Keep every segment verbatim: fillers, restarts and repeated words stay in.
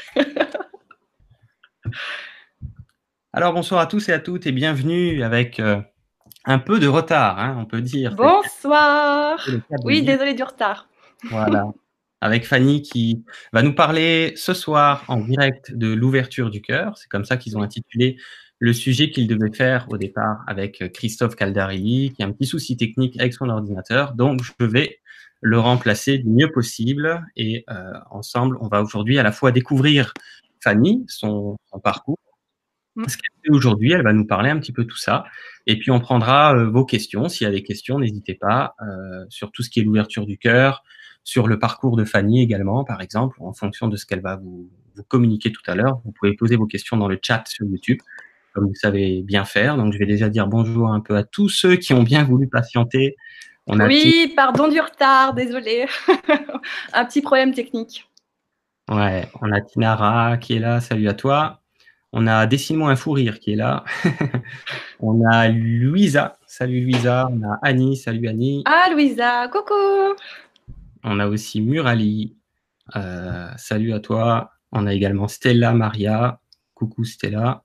Alors bonsoir à tous et à toutes et bienvenue avec euh, un peu de retard, hein, on peut dire. C'est le Bonsoir. cas de le Oui, dire. désolée du retard. Voilà. Avec Fanny qui va nous parler ce soir en direct de l'ouverture du cœur. C'est comme ça qu'ils ont Oui. intitulé le sujet qu'ils devaient faire au départ avec Christophe Caldarelli, qui a un petit souci technique avec son ordinateur. Donc je vais le remplacer du mieux possible et euh, ensemble, on va aujourd'hui à la fois découvrir Fanny, son, son parcours, Mm. ce qu'elle fait aujourd'hui. Elle va nous parler un petit peu tout ça. Et puis, on prendra euh, vos questions. S'il y a des questions, n'hésitez pas euh, sur tout ce qui est l'ouverture du cœur, sur le parcours de Fanny également, par exemple, en fonction de ce qu'elle va vous, vous communiquer tout à l'heure. Vous pouvez poser vos questions dans le chat sur YouTube, comme vous savez bien faire. Donc, je vais déjà dire bonjour un peu à tous ceux qui ont bien voulu patienter. On a Tina, Oui, pardon du retard, désolée. Un petit problème technique. ouais, on a Tinara qui est là. Salut à toi. On a Dessine-moi un fou rire qui est là. On a Louisa. Salut Louisa. On a Annie. Salut Annie. Ah, Louisa, coucou. On a aussi Murali. Euh, salut à toi. On a également Stella Maria. Coucou Stella.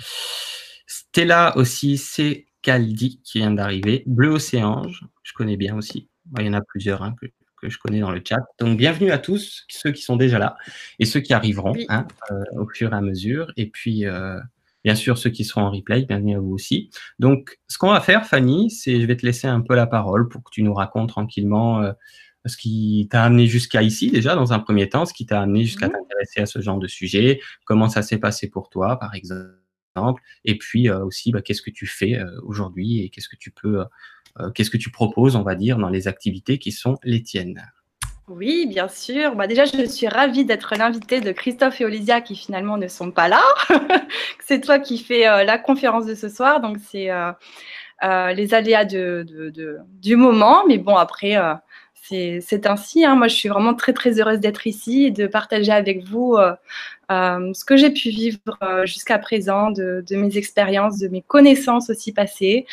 Stella aussi, c'est Caldi qui vient d'arriver. Bleu Océange, je connais bien aussi. Il y en a plusieurs hein, que, que je connais dans le chat. Donc bienvenue à tous, ceux qui sont déjà là et ceux qui arriveront Oui. hein, euh, au fur et à mesure. Et puis, euh, bien sûr, ceux qui seront en replay, bienvenue à vous aussi. Donc, ce qu'on va faire, Fanny, c'est je vais te laisser un peu la parole pour que tu nous racontes tranquillement euh, ce qui t'a amené jusqu'à ici, déjà, dans un premier temps, ce qui t'a amené jusqu'à Mhm. t'intéresser à ce genre de sujet, comment ça s'est passé pour toi, par exemple. Et puis euh, aussi, bah, qu'est-ce que tu fais euh, aujourd'hui et qu'est-ce que tu peux, euh, qu'est-ce que tu proposes, on va dire, dans les activités qui sont les tiennes. Oui, bien sûr. Bah, déjà, je suis ravie d'être l'invitée de Christophe et Olivia qui finalement ne sont pas là. C'est toi qui fais euh, la conférence de ce soir, donc c'est euh, euh, les aléas de, de, de, du moment. Mais bon, après, euh, c'est ainsi. Hein. Moi, je suis vraiment très, très heureuse d'être ici et de partager avec vous euh, euh, ce que j'ai pu vivre euh, jusqu'à présent, de, de mes expériences, de mes connaissances aussi passées.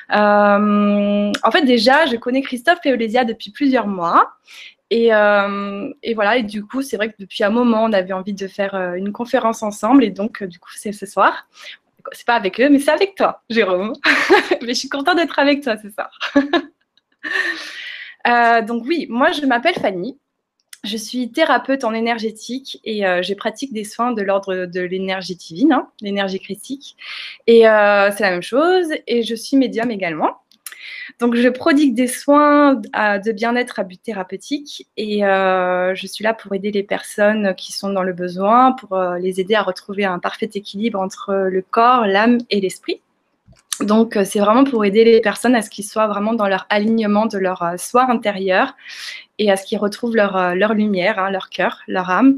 Euh, en fait, déjà, je connais Christophe et Olésia depuis plusieurs mois. Et, euh, et voilà, et du coup, c'est vrai que depuis un moment, on avait envie de faire euh, une conférence ensemble. Et donc, euh, du coup, c'est ce soir. C'est pas avec eux, mais c'est avec toi, Jérôme. Mais je suis contente d'être avec toi ce soir. Euh, donc oui, moi, je m'appelle Fanny. Je suis thérapeute en énergétique et euh, je pratique des soins de l'ordre de l'énergie divine, hein, l'énergie christique. Et euh, c'est la même chose. Et je suis médium également. Donc, je prodigue des soins de bien-être à but thérapeutique et euh, je suis là pour aider les personnes qui sont dans le besoin, pour euh, les aider à retrouver un parfait équilibre entre le corps, l'âme et l'esprit. Donc, c'est vraiment pour aider les personnes à ce qu'ils soient vraiment dans leur alignement de leur euh, soi intérieur et à ce qu'ils retrouvent leur, euh, leur lumière, hein, leur cœur, leur âme.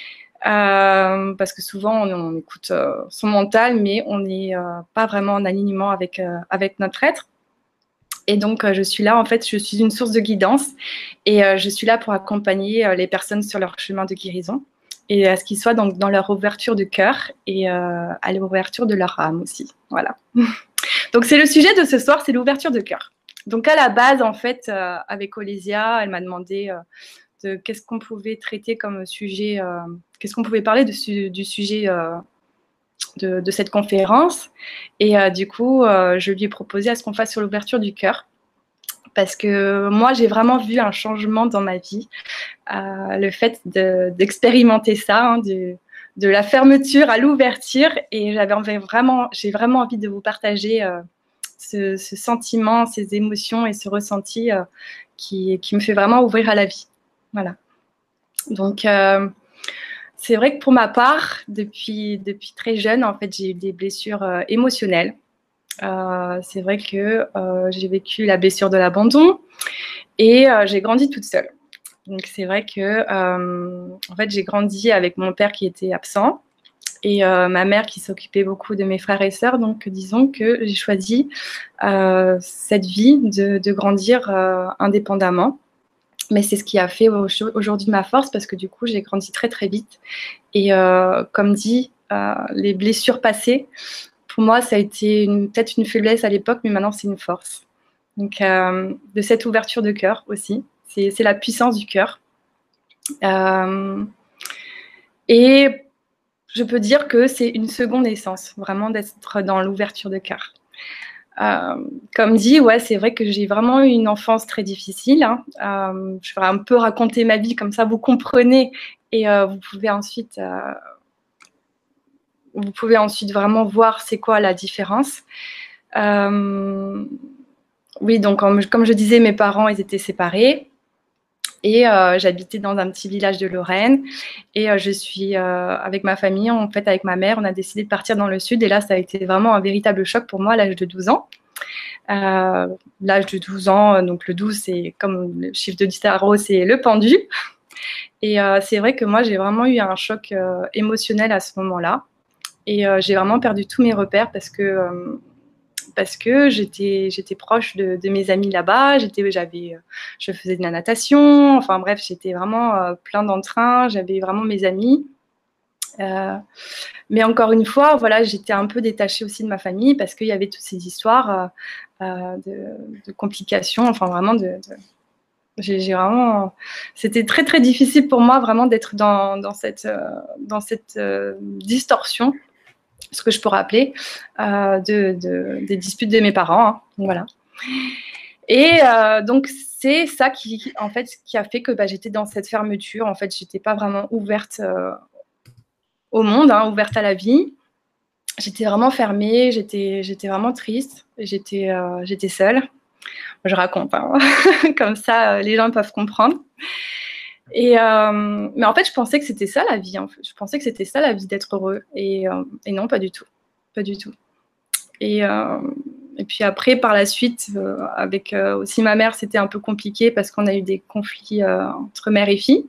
Euh, parce que souvent, on, on écoute euh, son mental, mais on n'est euh, pas vraiment en alignement avec, euh, avec notre être. Et donc, euh, je suis là, en fait, je suis une source de guidance et euh, je suis là pour accompagner euh, les personnes sur leur chemin de guérison et à ce qu'ils soient donc dans leur ouverture de cœur et euh, à l'ouverture de leur âme aussi. Voilà. Donc, c'est le sujet de ce soir, c'est l'ouverture de cœur. Donc, à la base, en fait, euh, avec Olésia, elle m'a demandé euh, de qu'est-ce qu'on pouvait traiter comme sujet, euh, qu'est-ce qu'on pouvait parler de su du sujet euh, de, de, cette conférence. Et euh, du coup, euh, je lui ai proposé à ce qu'on fasse sur l'ouverture du cœur. Parce que moi, j'ai vraiment vu un changement dans ma vie. Euh, le fait d'expérimenter de, ça, hein, de, de la fermeture à l'ouverture. Et j'avais vraiment, j'ai vraiment envie de vous partager euh, ce, ce sentiment, ces émotions et ce ressenti euh, qui, qui me fait vraiment ouvrir à la vie. Voilà. Donc, euh, c'est vrai que pour ma part, depuis, depuis très jeune, en fait, j'ai eu des blessures euh, émotionnelles. Euh, c'est vrai que euh, j'ai vécu la blessure de l'abandon et euh, j'ai grandi toute seule. Donc c'est vrai que euh, en fait j'ai grandi avec mon père qui était absent et euh, ma mère qui s'occupait beaucoup de mes frères et sœurs. Donc disons que j'ai choisi euh, cette vie de, de grandir euh, indépendamment. Mais c'est ce qui a fait aujourd'hui ma force parce que du coup j'ai grandi très très vite et euh, comme dit euh, les blessures passées. Pour moi, ça a été peut-être une faiblesse à l'époque, mais maintenant, c'est une force. Donc, euh, de cette ouverture de cœur aussi. C'est la puissance du cœur. Euh, et je peux dire que c'est une seconde naissance, vraiment d'être dans l'ouverture de cœur. Euh, comme dit, ouais, c'est vrai que j'ai vraiment eu une enfance très difficile. Hein. Euh, je vais un peu raconter ma vie, comme ça vous comprenez et euh, vous pouvez ensuite, euh, vous pouvez ensuite vraiment voir c'est quoi la différence. Euh, oui, donc comme, comme je disais, mes parents ils étaient séparés. Et euh, j'habitais dans un petit village de Lorraine. Et euh, je suis euh, avec ma famille, en fait, avec ma mère, on a décidé de partir dans le sud. Et là, ça a été vraiment un véritable choc pour moi à l'âge de douze ans. Euh, l'âge de douze ans, donc le douze, c'est comme le chiffre de tarot, c'est le pendu. Et euh, c'est vrai que moi, j'ai vraiment eu un choc euh, émotionnel à ce moment-là. Et euh, j'ai vraiment perdu tous mes repères parce que... Euh, parce que j'étais j'étais proche de, de mes amis là-bas, j'étais j'avais je faisais de la natation, enfin bref, j'étais vraiment euh, plein d'entrain, j'avais vraiment mes amis. Euh, mais encore une fois, voilà, j'étais un peu détachée aussi de ma famille parce qu'il y avait toutes ces histoires euh, de, de complications, enfin vraiment de, de j'ai, j'ai vraiment c'était très très difficile pour moi vraiment d'être dans, dans cette euh, dans cette euh, distorsion, ce que je pourrais appeler, euh, de, de, des disputes de mes parents. Hein. Voilà. Et euh, donc, c'est ça qui, en fait, qui a fait que bah, j'étais dans cette fermeture. En fait, je n'étais pas vraiment ouverte euh, au monde, hein, ouverte à la vie. J'étais vraiment fermée, j'étais, j'étais vraiment triste, j'étais, euh, j'étais seule. Je raconte, hein. Comme ça, les gens peuvent comprendre. Et euh, mais en fait, je pensais que c'était ça la vie. En fait. Je pensais que c'était ça la vie d'être heureux. Et, euh, et non, pas du tout. Pas du tout. Et, euh, et puis après, par la suite, euh, avec euh, aussi ma mère, c'était un peu compliqué parce qu'on a eu des conflits euh, entre mère et fille.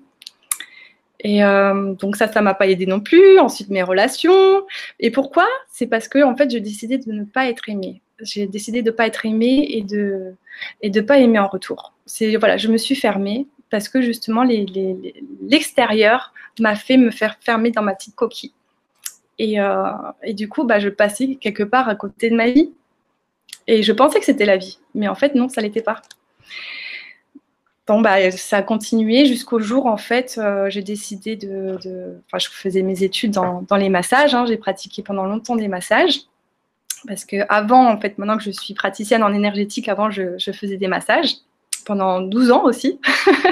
Et euh, donc ça, ça m'a pas aidé non plus. Ensuite, mes relations. Et pourquoi? C'est parce que en fait, j'ai décidé de ne pas être aimée. J'ai décidé de ne pas être aimée et de et de pas aimer en retour. C'est voilà, je me suis fermée parce que justement, les, les, les, l'extérieur m'a fait me faire fermer dans ma petite coquille. Et, euh, et du coup, bah, je passais quelque part à côté de ma vie. Et je pensais que c'était la vie. Mais en fait, non, ça ne l'était pas. Bon, bah, ça a continué jusqu'au jour, en fait, euh, j'ai décidé de... de... Enfin, je faisais mes études dans, dans les massages. Hein, j'ai pratiqué pendant longtemps des massages. Parce qu'avant, en fait, maintenant que je suis praticienne en énergétique, avant, je, je faisais des massages. Pendant douze ans aussi.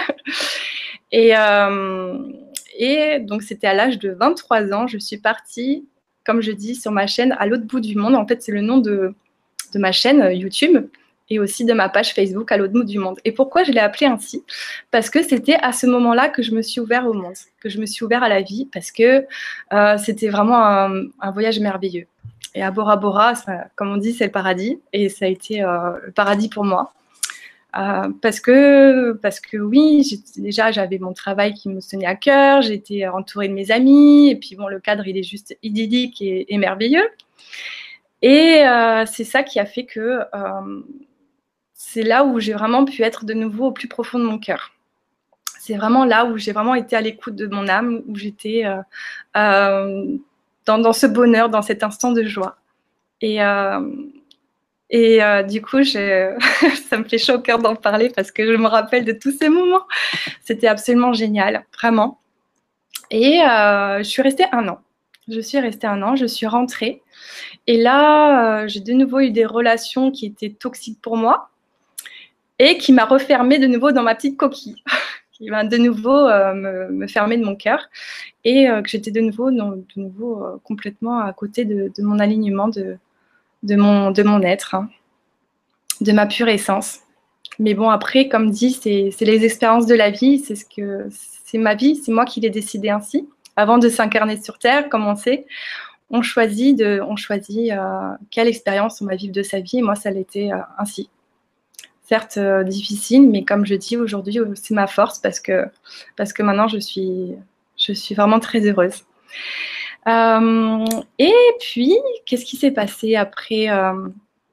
et... Euh, Et donc, c'était à l'âge de vingt-trois ans, je suis partie, comme je dis, sur ma chaîne à l'autre bout du monde. En fait, c'est le nom de, de ma chaîne YouTube et aussi de ma page Facebook à l'autre bout du monde. Et pourquoi je l'ai appelée ainsi? Parce que c'était à ce moment-là que je me suis ouverte au monde, que je me suis ouverte à la vie, parce que euh, c'était vraiment un, un voyage merveilleux. Et à Bora Bora, ça, comme on dit, c'est le paradis. Et ça a été euh, le paradis pour moi. Euh, parce que, parce que oui, déjà j'avais mon travail qui me tenait à cœur, j'étais entourée de mes amis, et puis bon, le cadre il est juste idyllique et, et merveilleux. Et euh, c'est ça qui a fait que euh, c'est là où j'ai vraiment pu être de nouveau au plus profond de mon cœur. C'est vraiment là où j'ai vraiment été à l'écoute de mon âme, où j'étais euh, euh, dans, dans ce bonheur, dans cet instant de joie. Et euh, Et euh, du coup, ça me fait chaud au cœur d'en parler parce que je me rappelle de tous ces moments. C'était absolument génial, vraiment. Et euh, je suis restée un an. Je suis restée un an, je suis rentrée. Et là, euh, j'ai de nouveau eu des relations qui étaient toxiques pour moi et qui m'a refermée de nouveau dans ma petite coquille, qui m'a de nouveau euh, me, me fermer de mon cœur et euh, que j'étais de nouveau, non, de nouveau euh, complètement à côté de, de mon alignement de De mon, de mon être, hein, de ma pure essence. Mais bon, après, comme dit, c'est, c'est les expériences de la vie, c'est, ce que, c'est ma vie, c'est moi qui l'ai décidé ainsi. Avant de s'incarner sur Terre, comme on sait, on choisit, de, on choisit euh, quelle expérience on va vivre de sa vie, et moi, ça l'était euh, ainsi. Certes, euh, difficile, mais comme je dis, aujourd'hui, c'est ma force parce que, parce que maintenant, je suis, je suis vraiment très heureuse. Euh, et puis, qu'est-ce qui s'est passé après euh,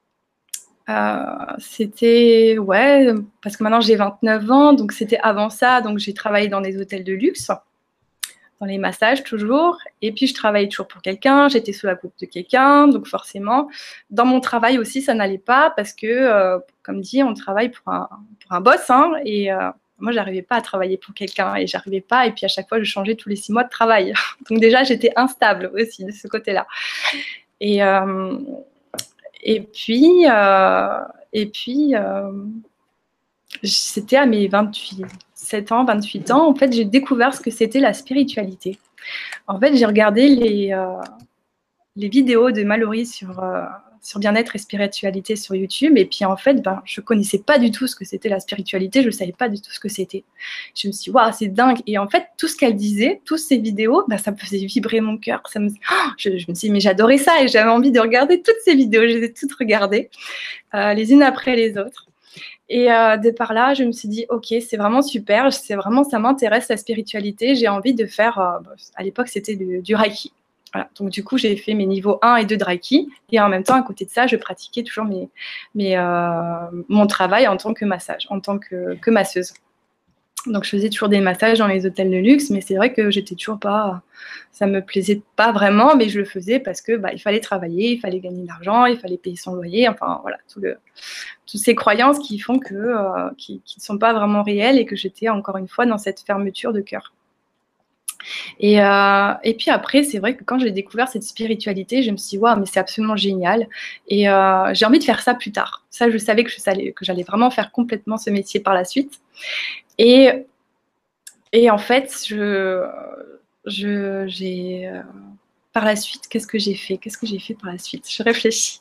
euh, C'était, ouais, parce que maintenant j'ai vingt-neuf ans, donc c'était avant ça, donc j'ai travaillé dans des hôtels de luxe, dans les massages toujours, et puis je travaillais toujours pour quelqu'un, j'étais sous la coupe de quelqu'un, donc forcément, dans mon travail aussi, ça n'allait pas, parce que, euh, comme dit, on travaille pour un, pour un boss, hein, et... Euh, Moi, j'arrivais pas à travailler pour quelqu'un et j'arrivais pas. Et puis à chaque fois, je changeais tous les six mois de travail. Donc déjà, j'étais instable aussi de ce côté-là. Et, euh, et puis, euh, et puis euh, c'était à mes vingt-sept ans, vingt-huit ans. En fait, j'ai découvert ce que c'était la spiritualité. En fait, j'ai regardé les, euh, les vidéos de Mallory sur, euh, sur bien-être et spiritualité sur YouTube. Et puis, en fait, ben, je ne connaissais pas du tout ce que c'était la spiritualité. Je ne savais pas du tout ce que c'était. Je me suis dit, waouh, c'est dingue. Et en fait, tout ce qu'elle disait, toutes ces vidéos, ben, ça me faisait vibrer mon cœur. Ça me... oh, je, je me suis dit, mais j'adorais ça. Et j'avais envie de regarder toutes ces vidéos. Je les ai toutes regardées, euh, les unes après les autres. Et euh, de par là, je me suis dit, ok, c'est vraiment super, c'est vraiment, ça m'intéresse la spiritualité, j'ai envie de faire, euh, à l'époque c'était du, du Reiki. Voilà. Donc du coup, j'ai fait mes niveaux un et deux de Reiki, et en même temps, à côté de ça, je pratiquais toujours mes, mes, euh, mon travail en tant que massage, en tant que, que masseuse. Donc je faisais toujours des massages dans les hôtels de luxe, mais c'est vrai que j'étais toujours pas, ça me plaisait pas vraiment, mais je le faisais parce que bah, il fallait travailler, il fallait gagner de l'argent, il fallait payer son loyer, enfin voilà, tout le, toutes ces croyances qui font que, euh, qui ne sont pas vraiment réelles et que j'étais encore une fois dans cette fermeture de cœur. Et, euh, et puis après, c'est vrai que quand j'ai découvert cette spiritualité, je me suis dit, waouh, mais c'est absolument génial. Et euh, j'ai envie de faire ça plus tard. Ça, je savais que, je savais, que j'allais vraiment faire complètement ce métier par la suite. Et, et en fait, je, je, j'ai, euh, par la suite, qu'est-ce que j'ai fait Qu'est-ce que j'ai fait par la suite Je réfléchis.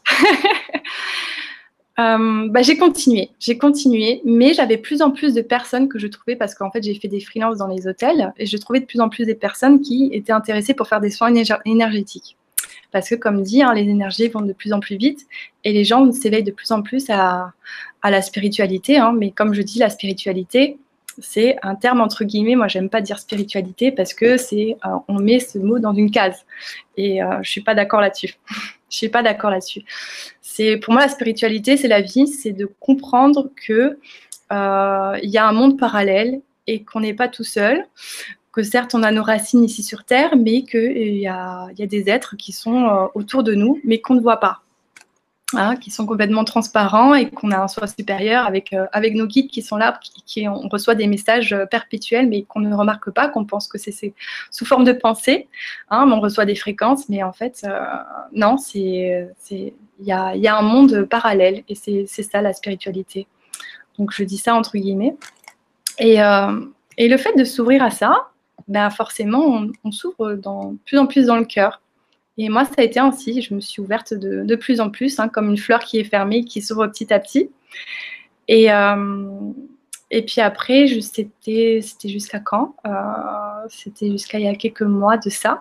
Euh, bah, j'ai continué, j'ai continué, mais j'avais plus en plus de personnes que je trouvais, parce qu'en fait j'ai fait des freelances dans les hôtels, et je trouvais de plus en plus des personnes qui étaient intéressées pour faire des soins énergétiques. Parce que comme dit, hein, les énergies vont de plus en plus vite, et les gens s'éveillent de plus en plus à, à la spiritualité, hein, mais comme je dis, la spiritualité, c'est un terme entre guillemets, moi j'aime pas dire spiritualité, parce que c'est, euh, on met ce mot dans une case, et euh, je suis pas d'accord là-dessus. Je suis pas d'accord là-dessus. C'est, pour moi, la spiritualité, c'est la vie, c'est de comprendre que euh, y a un monde parallèle et qu'on n'est pas tout seul, que certes, on a nos racines ici sur Terre, mais qu'il y a, y a des êtres qui sont euh, autour de nous, mais qu'on ne voit pas, hein, qui sont complètement transparents, et qu'on a un soi supérieur avec, euh, avec nos guides qui sont là, qui, qui, on reçoit des messages perpétuels, mais qu'on ne remarque pas, qu'on pense que c'est, c'est sous forme de pensée, hein, on reçoit des fréquences, mais en fait, euh, non, c'est, c'est, il y a, y a un monde parallèle, et c'est, c'est ça la spiritualité. Donc je dis ça entre guillemets. Et, euh, et le fait de s'ouvrir à ça, ben forcément, on, on s'ouvre dans, de plus en plus dans le cœur. Et moi, ça a été ainsi. Je me suis ouverte de, de plus en plus, hein, comme une fleur qui est fermée, qui s'ouvre petit à petit. Et, euh, et puis après, je, c'était, c'était jusqu'à quand euh, C'était jusqu'à il y a quelques mois de ça.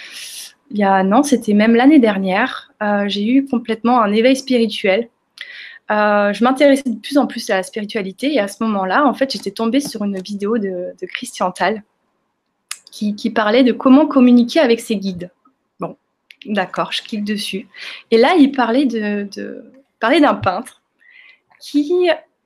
Il y a, non, c'était même l'année dernière. Euh, j'ai eu complètement un éveil spirituel. Euh, je m'intéressais de plus en plus à la spiritualité. Et à ce moment-là, en fait, j'étais tombée sur une vidéo de, de Christian Tal qui, qui parlait de comment communiquer avec ses guides. Bon. D'accord, je clique dessus. Et là, il parlait, de, de, parlait d'un peintre qui,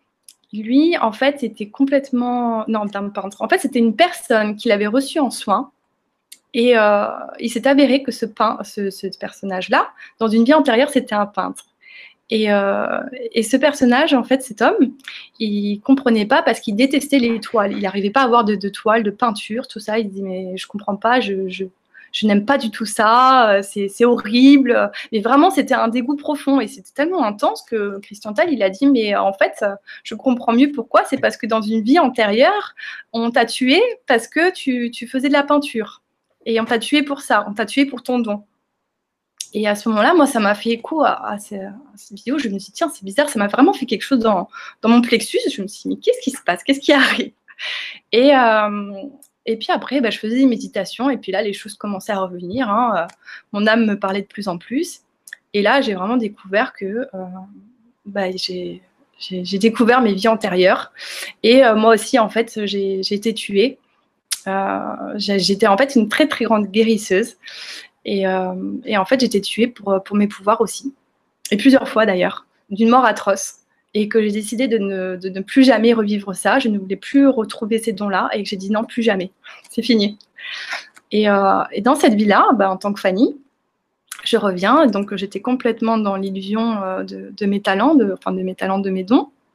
lui, en fait, était complètement... Non, d'un peintre. En fait, c'était une personne qu'il avait reçue en soins. Et euh, il s'est avéré que ce, pein, ce, ce personnage-là, dans une vie antérieure, c'était un peintre. Et, euh, et ce personnage, en fait, cet homme, il comprenait pas parce qu'il détestait les toiles. Il n'arrivait pas à avoir de, de toiles, de peinture, tout ça. Il dit, mais je comprends pas, je... je Je n'aime pas du tout ça, c'est, c'est horrible. Mais vraiment, c'était un dégoût profond. Et c'était tellement intense que Christian Tal, il a dit, mais en fait, je comprends mieux pourquoi. C'est parce que dans une vie antérieure, on t'a tué parce que tu, tu faisais de la peinture. Et on t'a tué pour ça, on t'a tué pour ton don. Et à ce moment-là, moi, ça m'a fait écho à, à, ces, à cette vidéo. Je me suis dit, tiens, c'est bizarre, ça m'a vraiment fait quelque chose dans, dans mon plexus. Je me suis dit, mais qu'est-ce qui se passe? Qu'est-ce qui arrive? Et... Euh, Et puis après, bah, je faisais des méditations, et puis là, les choses commençaient à revenir. Hein. Mon âme me parlait de plus en plus. Et là, j'ai vraiment découvert que euh, bah, j'ai, j'ai, j'ai découvert mes vies antérieures. Et euh, moi aussi, en fait, j'ai, j'ai été tuée. Euh, j'ai, j'étais en fait une très, très grande guérisseuse. Et, euh, et en fait, j'étais tuée pour, pour mes pouvoirs aussi. Et plusieurs fois d'ailleurs, d'une mort atroce. Et que j'ai décidé de ne, de ne plus jamais revivre ça. Je ne voulais plus retrouver ces dons-là, et que j'ai dit non, plus jamais. C'est fini. Et, euh, et dans cette vie-là, bah, en tant que Fanny, je reviens. Donc, j'étais complètement dans l'illusion euh, de, de mes talents, de, enfin de mes talents, de mes dons.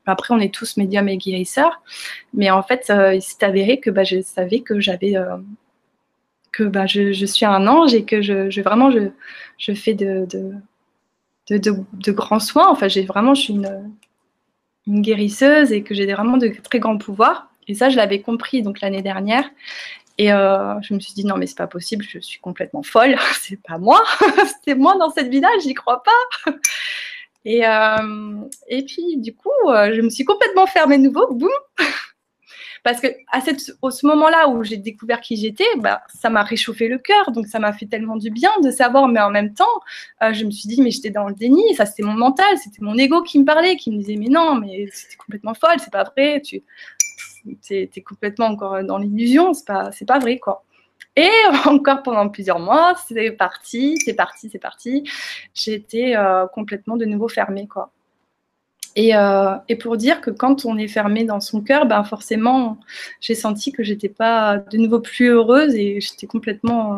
Après, on est tous médiums et guérisseurs. Mais en fait, euh, il s'est avéré que bah, je savais que j'avais... Euh, que bah, je, je suis un ange et que je, je vraiment, je, je fais de, de, de, de, de grands soins. Enfin, j'ai vraiment, je suis une, une guérisseuse et que j'ai vraiment de très grands pouvoirs. Et ça, je l'avais compris donc l'année dernière. Et euh, je me suis dit, non, mais c'est pas possible, je suis complètement folle. C'est pas moi. C'est moi dans cette vie-là, j'y crois pas. Et, euh, et puis, du coup, euh, je me suis complètement fermée de nouveau. Boum. Parce que à cette, au ce moment-là où j'ai découvert qui j'étais, bah, ça m'a réchauffé le cœur. Donc, ça m'a fait tellement du bien de savoir. Mais en même temps, euh, je me suis dit, mais j'étais dans le déni. Ça, c'était mon mental. C'était mon ego qui me parlait, qui me disait, mais non, mais c'était complètement folle. C'est pas vrai. Tu es, es complètement encore dans l'illusion. C'est pas, c'est pas vrai, quoi. Et encore pendant plusieurs mois, c'est parti, c'est parti, c'est parti. J'étais euh, complètement de nouveau fermée, quoi. Et, euh, et pour dire que quand on est fermé dans son cœur, ben forcément, j'ai senti que j'étais pas de nouveau plus heureuse et j'étais complètement, euh,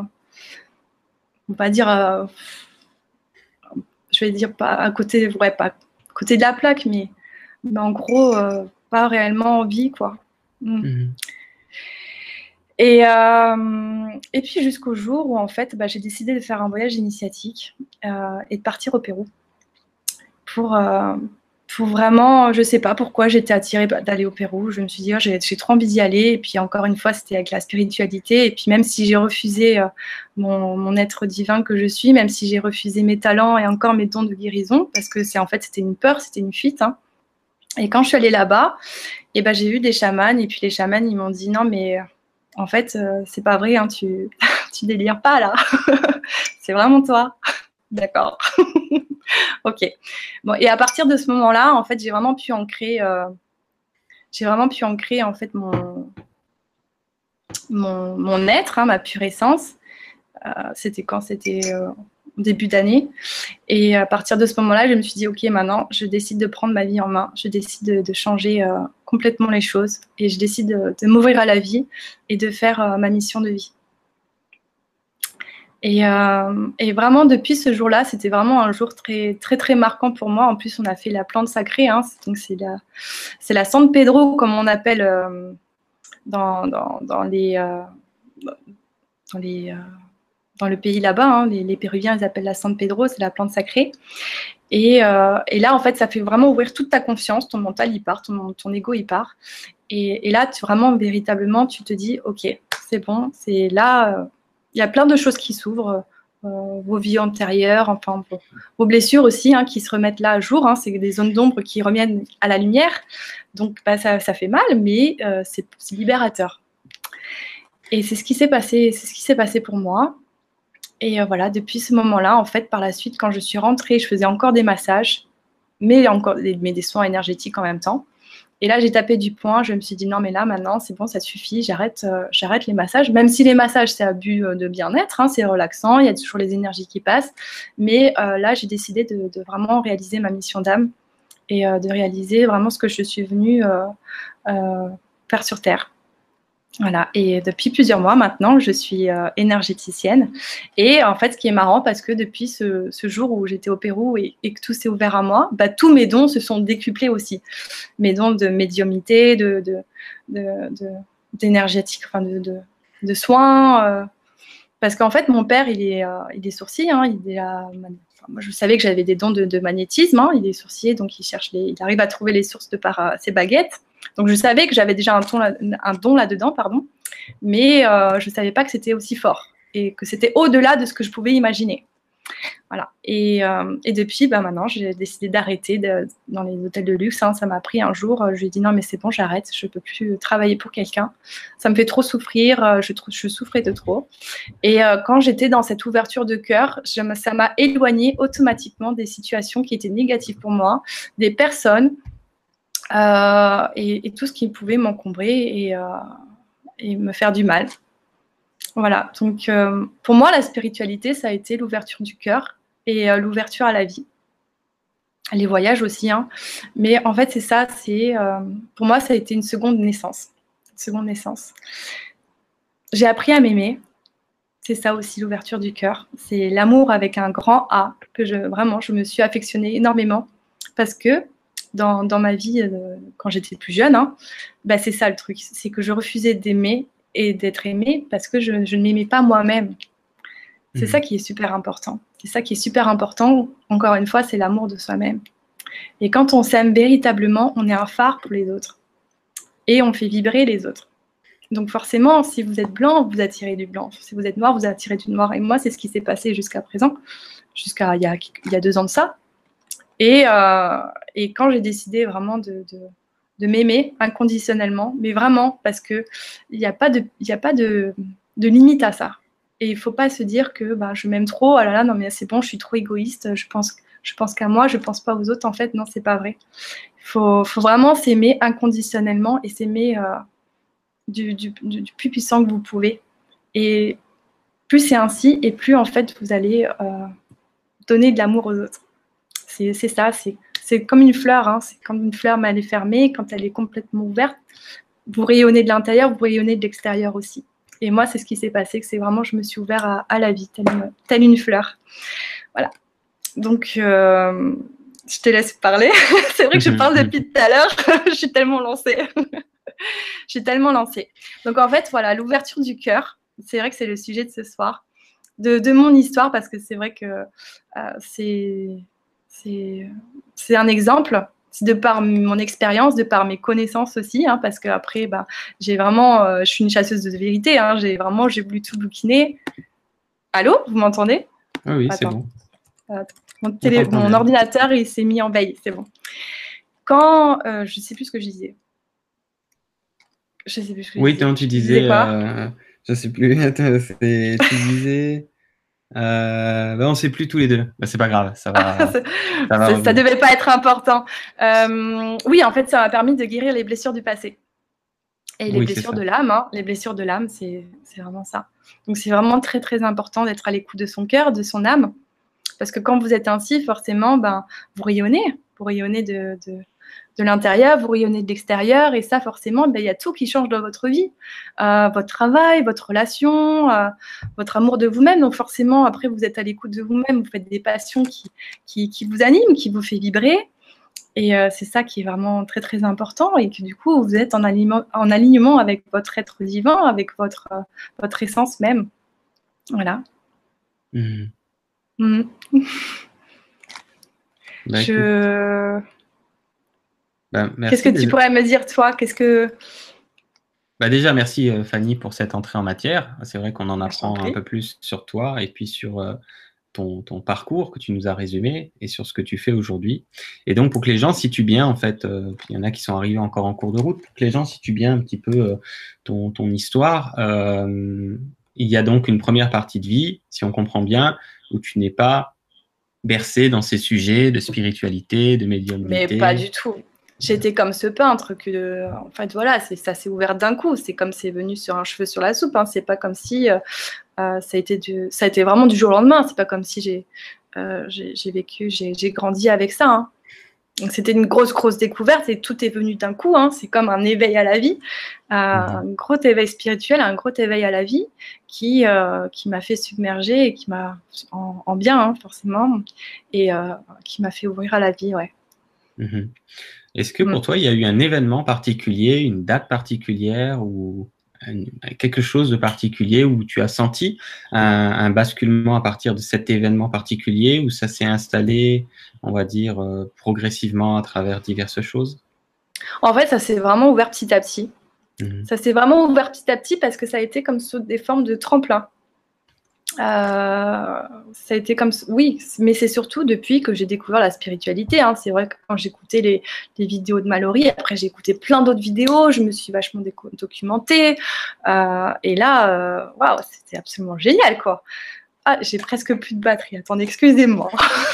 on va dire, euh, je vais dire pas à côté, ouais, pas à côté de la plaque, mais, mais en gros, euh, pas réellement en vie, quoi. Mm. Mmh. Et, euh, et puis jusqu'au jour où en fait, bah, j'ai décidé de faire un voyage initiatique euh, et de partir au Pérou pour, euh, pour vraiment, je sais pas pourquoi j'étais attirée d'aller au Pérou. Je me suis dit, oh, j'ai trop envie d'y aller. Et puis encore une fois, c'était avec la spiritualité. Et puis même si j'ai refusé euh, mon, mon être divin que je suis, même si j'ai refusé mes talents et encore mes dons de guérison, parce que c'est en fait c'était une peur, c'était une fuite. Hein. Et quand je suis allée là-bas, et ben j'ai eu des chamans. Et puis les chamans, ils m'ont dit, non mais en fait, euh, c'est pas vrai, hein, tu, tu délires pas là. C'est vraiment toi. D'accord. Ok. Bon, et à partir de ce moment-là, en fait, j'ai vraiment pu ancrer, euh, j'ai vraiment pu ancrer en fait mon, mon, mon être, hein, ma pure essence. Euh, c'était quand c'était euh, au début d'année. Et à partir de ce moment-là, je me suis dit, ok, maintenant, je décide de prendre ma vie en main. Je décide de, de changer euh, complètement les choses. Et je décide de, de m'ouvrir à la vie et de faire euh, ma mission de vie. Et, euh, et vraiment, depuis ce jour-là, c'était vraiment un jour très, très, très marquant pour moi. En plus, on a fait la plante sacrée. Hein, donc, c'est la, c'est la San Pedro, comme on appelle euh, dans, dans, dans les... Euh, dans les euh, dans le pays là-bas, hein, les, les Péruviens, ils appellent la San Pedro, c'est la plante sacrée. Et, euh, et là, en fait, ça fait vraiment ouvrir toute ta confiance, ton mental, il part, ton, ton ego, il part. Et, et là, tu, vraiment, véritablement, tu te dis, ok, c'est bon, c'est là, euh, il y a plein de choses qui s'ouvrent, euh, vos vies antérieures, enfin, vos, vos blessures aussi, hein, qui se remettent là à jour, hein, c'est des zones d'ombre qui reviennent à la lumière. Donc, bah, ça, ça fait mal, mais euh, c'est libérateur. Et c'est ce qui s'est passé, c'est ce qui s'est passé pour moi. Et euh, voilà, depuis ce moment-là, en fait, par la suite, quand je suis rentrée, je faisais encore des massages, mais, encore, mais des soins énergétiques en même temps. Et là, j'ai tapé du poing, je me suis dit, non, mais là, maintenant, c'est bon, ça suffit, j'arrête euh, j'arrête les massages. Même si les massages, c'est un but de bien-être, hein, c'est relaxant, il y a toujours les énergies qui passent. Mais euh, là, j'ai décidé de, de vraiment réaliser ma mission d'âme et euh, de réaliser vraiment ce que je suis venue euh, euh, faire sur Terre. Voilà, et depuis plusieurs mois maintenant, je suis euh, énergéticienne. Et en fait, ce qui est marrant, parce que depuis ce, ce jour où j'étais au Pérou et, et que tout s'est ouvert à moi, bah, tous mes dons se sont décuplés aussi. Mes dons de médiumnité, de, de, de, de, d'énergétique, enfin de, de, de soins. Euh, parce qu'en fait, mon père, il est, euh, il est sourcier. Hein, il est à, enfin, moi, je savais que j'avais des dons de, de magnétisme. Hein, il est sourcier, donc il cherche les, il arrive à trouver les sources de par euh, ses baguettes. Donc, je savais que j'avais déjà un, ton là, un don là-dedans, pardon, mais euh, je ne savais pas que c'était aussi fort et que c'était au-delà de ce que je pouvais imaginer. Voilà. Et, euh, et depuis, bah, maintenant, j'ai décidé d'arrêter de, dans les hôtels de luxe. Hein. Ça m'a pris un jour. Je lui ai dit non, mais c'est bon, j'arrête. Je ne peux plus travailler pour quelqu'un. Ça me fait trop souffrir. Je, je souffrais de trop. Et euh, quand j'étais dans cette ouverture de cœur, je, ça m'a éloignée automatiquement des situations qui étaient négatives pour moi, des personnes. Euh, et, et tout ce qui pouvait m'encombrer et, euh, et me faire du mal. Voilà, donc euh, pour moi, la spiritualité, ça a été l'ouverture du cœur et euh, l'ouverture à la vie. Les voyages aussi, hein. Mais en fait, c'est ça, c'est, euh, pour moi, ça a été une seconde naissance. Une seconde naissance. J'ai appris à m'aimer. C'est ça aussi, l'ouverture du cœur. C'est l'amour avec un grand A, que je, vraiment, je me suis affectionnée énormément parce que dans, dans ma vie euh, quand j'étais plus jeune, hein, bah, c'est ça le truc. C'est que je refusais d'aimer et d'être aimée parce que je, je ne m'aimais pas moi-même. C'est mmh. ça qui est super important. C'est ça qui est super important. Encore une fois, c'est l'amour de soi-même. Et quand on s'aime véritablement, on est un phare pour les autres. Et on fait vibrer les autres. Donc forcément, si vous êtes blanc, vous attirez du blanc. Si vous êtes noir, vous attirez du noir. Et moi, c'est ce qui s'est passé jusqu'à présent, jusqu'à il y a, il y a deux ans de ça. Et, euh, et quand j'ai décidé vraiment de, de, de m'aimer inconditionnellement, mais vraiment, parce qu'il n'y a pas, de, y a pas de, de limite à ça. Et il ne faut pas se dire que bah, je m'aime trop, ah là là, non mais c'est bon, je suis trop égoïste, je pense, je pense qu'à moi, je ne pense pas aux autres. En fait, non, c'est pas vrai. Il faut, faut vraiment s'aimer inconditionnellement et s'aimer euh, du, du, du plus puissant que vous pouvez. Et plus c'est ainsi, et plus en fait, vous allez euh, donner de l'amour aux autres. C'est ça, c'est comme une fleur, hein. C'est comme une fleur, mais elle est fermée. Quand elle est complètement ouverte, vous rayonnez de l'intérieur, vous rayonnez de l'extérieur aussi. Et moi, c'est ce qui s'est passé, que c'est vraiment, je me suis ouverte à, à la vie, telle une, telle une fleur. Voilà. Donc, euh, je te laisse parler. C'est vrai que je parle depuis tout à l'heure. Je suis tellement lancée. Je suis tellement lancée. Donc, en fait, voilà, l'ouverture du cœur, c'est vrai que c'est le sujet de ce soir, de, de mon histoire, parce que c'est vrai que euh, c'est... C'est un exemple, de par mon expérience, de par mes connaissances aussi, hein, parce qu'après, bah, j'ai vraiment, euh, je suis une chasseuse de vérité, hein, j'ai vraiment, j'ai voulu tout bouquiner. Allô, vous m'entendez? Ah oui, c'est bon. Euh, mon, télé, mon ordinateur, il s'est mis en veille, c'est bon. Quand, euh, je ne sais plus ce que je disais. Je sais plus ce que oui, je disais. Oui, tu disais, disais quoi euh, je ne sais plus, tu disais... Euh, ben on ne sait plus tous les deux. Ben, c'est pas grave, ça va. ça, va ça devait pas être important. Euh, oui, en fait, ça m'a permis de guérir les blessures du passé. Et les oui, blessures de l'âme, hein, les blessures de l'âme, c'est vraiment ça. Donc c'est vraiment très très important d'être à l'écoute de son cœur, de son âme, parce que quand vous êtes ainsi, forcément, ben vous rayonnez, vous rayonnez de, de de l'intérieur, vous rayonnez de l'extérieur, et ça, forcément, ben, y a tout qui change dans votre vie, euh, votre travail, votre relation, euh, votre amour de vous-même. Donc forcément, après, vous êtes à l'écoute de vous-même, vous faites des passions qui, qui, qui vous animent, qui vous fait vibrer, et euh, c'est ça qui est vraiment très, très important, et que du coup, vous êtes en alignement, en alignement avec votre être divin, avec votre, euh, votre essence même. Voilà. Mmh. Mmh. Bah, Je... Ben, Qu'est-ce que tu pourrais me dire, toi? Qu'est-ce que... Bah déjà, merci Fanny pour cette entrée en matière. C'est vrai qu'on en apprend un peu plus sur toi et puis sur euh, ton, ton parcours que tu nous as résumé et sur ce que tu fais aujourd'hui. Et donc, pour que les gens situent bien, en fait, euh, il y en a qui sont arrivés encore en cours de route, pour que les gens situent bien un petit peu euh, ton, ton histoire, euh, il y a donc une première partie de vie, si on comprend bien, où tu n'es pas bercé dans ces sujets de spiritualité, de médiumnité. Mais pas du tout. J'étais comme ce peintre que, en fait, voilà, ça s'est ouvert d'un coup. C'est comme c'est venu sur un cheveu sur la soupe. Hein. C'est pas comme si euh, ça a été du, ça a été vraiment du jour au lendemain. C'est pas comme si j'ai, euh, j'ai vécu, j'ai grandi avec ça. Hein. Donc c'était une grosse, grosse découverte et tout est venu d'un coup. Hein. C'est comme un éveil à la vie, euh, un gros éveil spirituel, un gros éveil à la vie qui, euh, qui m'a fait submerger et qui m'a, en, en bien, hein, forcément, et euh, qui m'a fait ouvrir à la vie, ouais. Mmh. Est-ce que pour mmh. toi, il y a eu un événement particulier, une date particulière ou un, quelque chose de particulier où tu as senti un, un basculement à partir de cet événement particulier, où ça s'est installé, on va dire, euh, progressivement à travers diverses choses? En fait, ça s'est vraiment ouvert petit à petit. Mmh. Ça s'est vraiment ouvert petit à petit parce que ça a été comme sous des formes de tremplin. Euh, ça a été comme oui, mais c'est surtout depuis que j'ai découvert la spiritualité. Hein. C'est vrai que quand j'écoutais les, les vidéos de Mallory, après j'ai écouté plein d'autres vidéos, je me suis vachement documentée. Euh, et là, waouh, wow, c'était absolument génial, quoi. Ah, j'ai presque plus de batterie. Attendez, excusez-moi.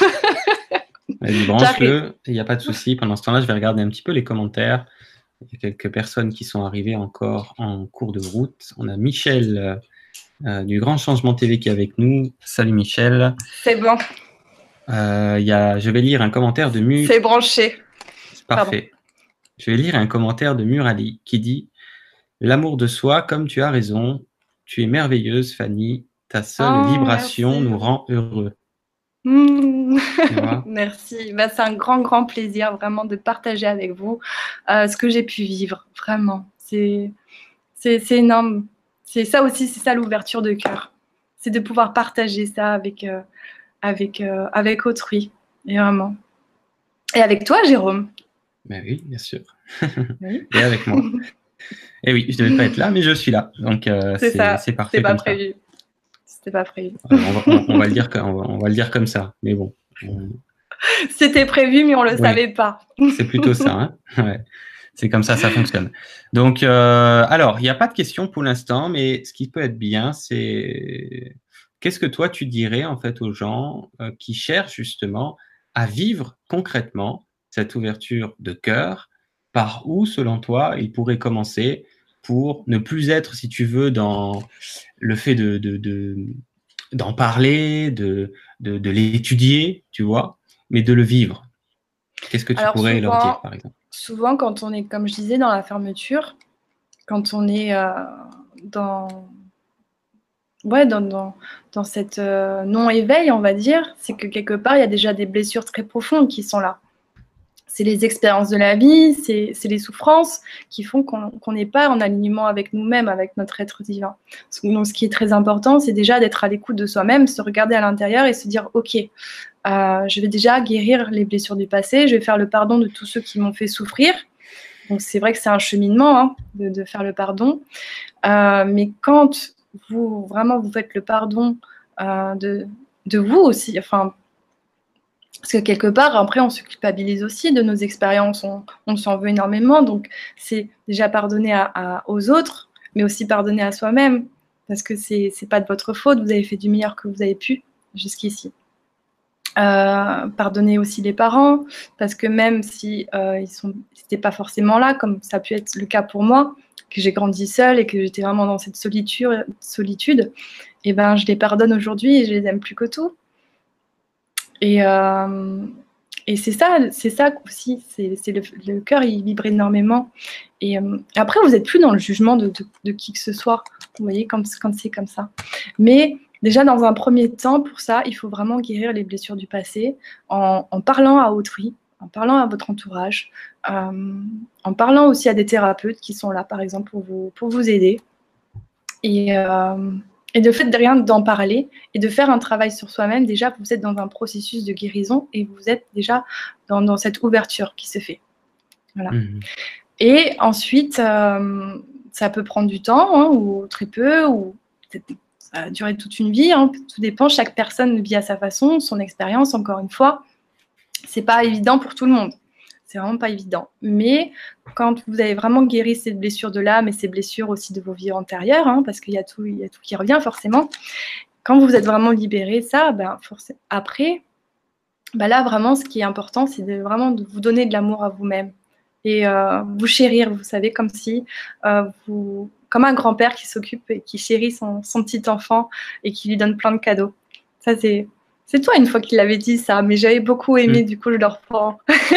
Vas-y, branche-le. Il n'y a pas de souci. Pendant ce temps-là, je vais regarder un petit peu les commentaires. Il y a quelques personnes qui sont arrivées encore en cours de route. On a Michel. Euh, du Grand Changement T V qui est avec nous. Salut Michel. C'est bon. Euh, y a, je vais lire un commentaire de Mur. C'est branché. Parfait. Pardon. Je vais lire un commentaire de Murali qui dit « L'amour de soi, comme tu as raison, tu es merveilleuse Fanny, ta seule oh, vibration merci. Nous rend heureux. » Mmh. Tu vois? Merci. Bah, c'est un grand, grand plaisir vraiment de partager avec vous, heu, ce que j'ai pu vivre, vraiment. C'est c'est c'est énorme. C'est ça aussi, c'est ça l'ouverture de cœur. C'est de pouvoir partager ça avec, heu, avec, heu, avec autrui et vraiment. Et avec toi, Jérôme. Ben oui, bien sûr. Oui. Et avec moi. Et oui, je devais pas être là, mais je suis là, donc heu, C'est c'est ça, c'est c'était parfait pas comme ça. prévu. C'était pas prévu. Heu, on va on on va le dire comme on va on va le dire comme ça, mais bon, on C'était prévu, mais on le oui, savait pas. c'est plutôt ça, hein? Ouais, c'est comme ça, ça fonctionne. Donc heu, alors, il y a pas de questions pour l'instant, mais ce qui peut être bien, c'est qu'est-ce que toi tu dirais en fait aux gens, heu, qui cherchent justement à vivre concrètement cette ouverture de cœur? Par où, selon toi, ils pourraient commencer pour ne plus être, si tu veux, dans le fait de de de d'en parler, de de de l'étudier, tu vois? Mais de le vivre? Qu'est-ce que tu Alors pourrais leur dire, souvent par exemple? souvent quand on est, comme je disais, dans la fermeture, quand on est, heu, dans ouais, dans dans dans cet, heu, non-éveil, on va dire, c'est que quelque part, il y a déjà des blessures très profondes qui sont là. C'est les expériences de la vie, c'est c'est les souffrances qui font qu'on qu'on n'est pas en alignement avec nous-mêmes, avec notre être divin. Donc ce qui est très important, c'est déjà d'être à l'écoute de soi-même, se regarder à l'intérieur et se dire: «OK, heu, je vais déjà guérir les blessures du passé, je vais faire le pardon de tous ceux qui m'ont fait souffrir». Donc c'est vrai que c'est un cheminement, hein, de de faire le pardon. Heu, mais quand vous vraiment vous faites le pardon, heu, de de vous aussi, enfin, parce que quelque part, après, on se culpabilise aussi de nos expériences, on on s'en veut énormément, donc c'est déjà pardonner à à aux autres, mais aussi pardonner à soi-même, parce que c'est c'est pas de votre faute, vous avez fait du meilleur que vous avez pu jusqu'ici. Heu, pardonner aussi les parents, parce que même si, heu, ils sont ils étaient pas forcément là, comme ça a pu être le cas pour moi, que j'ai grandi seule et que j'étais vraiment dans cette soliture solitude, et ben, je les pardonne aujourd'hui et je les aime plus que tout. Et hem et c'est ça c'est ça aussi, c'est c'est le le cœur, il vibre énormément et hem, après vous êtes plus dans le jugement de de de qui que ce soit, vous voyez? Quand quand c'est comme ça. Mais déjà dans un premier temps, pour ça, il faut vraiment guérir les blessures du passé en en parlant à autrui, en parlant à votre entourage, hem, en parlant aussi à des thérapeutes qui sont là, par exemple, pour vous pour vous aider. Et, euh, et de fait de rien d'en parler et de faire un travail sur soi-même, déjà, vous êtes dans un processus de guérison et vous êtes déjà dans, dans cette ouverture qui se fait. Voilà. Mmh. Et ensuite, euh, ça peut prendre du temps, hein, ou très peu, ou peut-être ça va durer toute une vie. Hein, tout dépend. Chaque personne vit à sa façon, son expérience, encore une fois. C'est pas évident pour tout le monde. C'est vraiment pas évident. Mais quand vous avez vraiment guéri ces blessures de l'âme et ces blessures aussi de vos vies antérieures, hein, parce qu'il y a tout, il y a tout qui revient forcément. Quand vous êtes vraiment libéré de ça, ben forcément. Après, ben là vraiment, ce qui est important, c'est de vraiment de vous donner de l'amour à vous-même et euh, vous chérir. Vous savez, comme si euh, vous, comme un grand-père qui s'occupe et qui chérit son, son petit enfant et qui lui donne plein de cadeaux. Ça c'est c'est toi une fois qu'il l'avait dit ça, mais j'avais beaucoup aimé, Mmh. du coup je le reprends.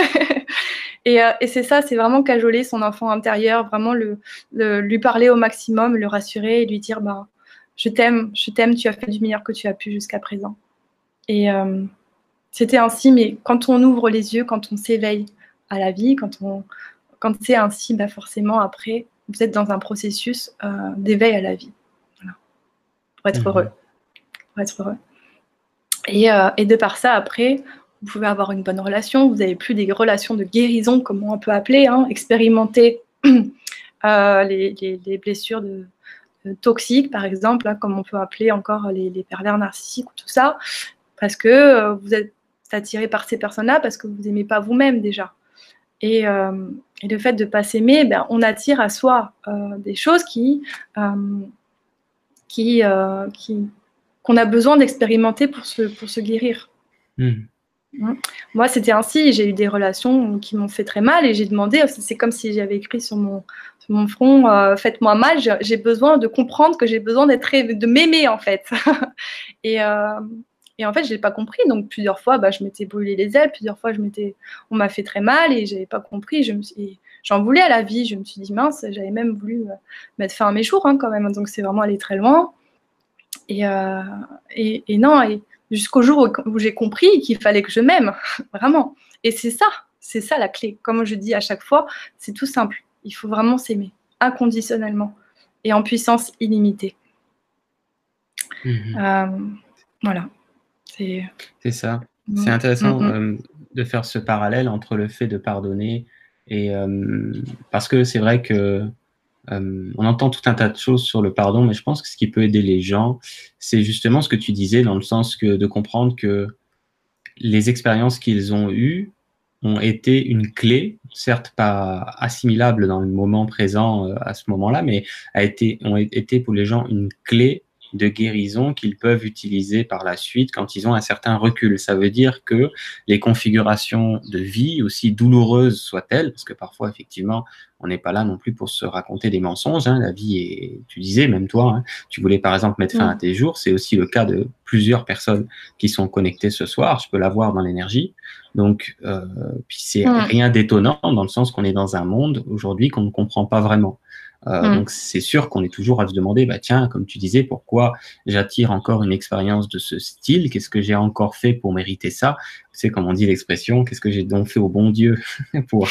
Et, euh, et c'est ça, c'est vraiment cajoler son enfant intérieur, vraiment le, le, lui parler au maximum, le rassurer et lui dire bah, je t'aime, je t'aime, tu as fait du meilleur que tu as pu jusqu'à présent. Et euh, c'était ainsi, mais quand on ouvre les yeux, quand on s'éveille à la vie, quand, on, quand c'est ainsi, bah forcément après, vous êtes dans un processus euh, d'éveil à la vie. Voilà. Pour être heureux. Mmh. Pour être heureux. Et, euh, et de par ça, après, vous pouvez avoir une bonne relation, vous n'avez plus des relations de guérison, comme on peut appeler, hein, expérimenter euh, les, les, les, blessures de, de toxiques, par exemple, hein, comme on peut appeler encore les, les pervers narcissiques ou tout ça, parce que euh, vous êtes attiré par ces personnes-là parce que vous n'aimez pas vous-même déjà. Et, euh, et le fait de ne pas s'aimer, ben, on attire à soi euh, des choses qui, euh, qui, euh, qui, qu'on a besoin d'expérimenter pour se, pour se guérir. Mmh. Moi, c'était ainsi. J'ai eu des relations qui m'ont fait très mal et j'ai demandé, c'est comme si j'avais écrit sur mon, sur mon front, euh, faites-moi mal, j'ai besoin de comprendre que j'ai besoin d'être, de m'aimer en fait. et, euh, et en fait, je l'ai pas compris. Donc plusieurs fois, bah, je m'étais brûlé les ailes, plusieurs fois, je m'étais, on m'a fait très mal et j'avais pas compris. Je me suis, j'en voulais à la vie. Je me suis dit mince, j'avais même voulu mettre fin à mes jours hein, quand même. Donc c'est vraiment allé très loin. Et, euh, et, et non, et jusqu'au jour où, où j'ai compris qu'il fallait que je m'aime, vraiment. Et c'est ça, c'est ça la clé. Comme je dis à chaque fois, c'est tout simple. Il faut vraiment s'aimer inconditionnellement et en puissance illimitée. Mmh. Euh, voilà. C'est ça. mmh, C'est intéressant mmh, euh, de faire ce parallèle entre le fait de pardonner et euh, parce que c'est vrai que euh, on entend tout un tas de choses sur le pardon, mais je pense que ce qui peut aider les gens, c'est justement ce que tu disais, dans le sens que de comprendre que les expériences qu'ils ont eues ont été une clé, certes pas assimilable dans le moment présent euh, à ce moment-là, mais a été, ont été pour les gens une clé de guérison qu'ils peuvent utiliser par la suite quand ils ont un certain recul. Ça veut dire que les configurations de vie, aussi douloureuses soient-elles, parce que parfois, effectivement, on n'est pas là non plus pour se raconter des mensonges. Hein. La vie est, tu disais, même toi, hein, tu voulais par exemple mettre fin mmh. à tes jours. C'est aussi le cas de plusieurs personnes qui sont connectées ce soir. Je peux la voir dans l'énergie. Donc, euh, puis c'est Mmh. rien d'étonnant dans le sens qu'on est dans un monde aujourd'hui qu'on ne comprend pas vraiment. Euh, mmh. Donc, c'est sûr qu'on est toujours à se demander, bah tiens, comme tu disais, pourquoi j'attire encore une expérience de ce style? Qu'est-ce que j'ai encore fait pour mériter ça? Tu sais, comme on dit l'expression, qu'est-ce que j'ai donc fait au bon Dieu pour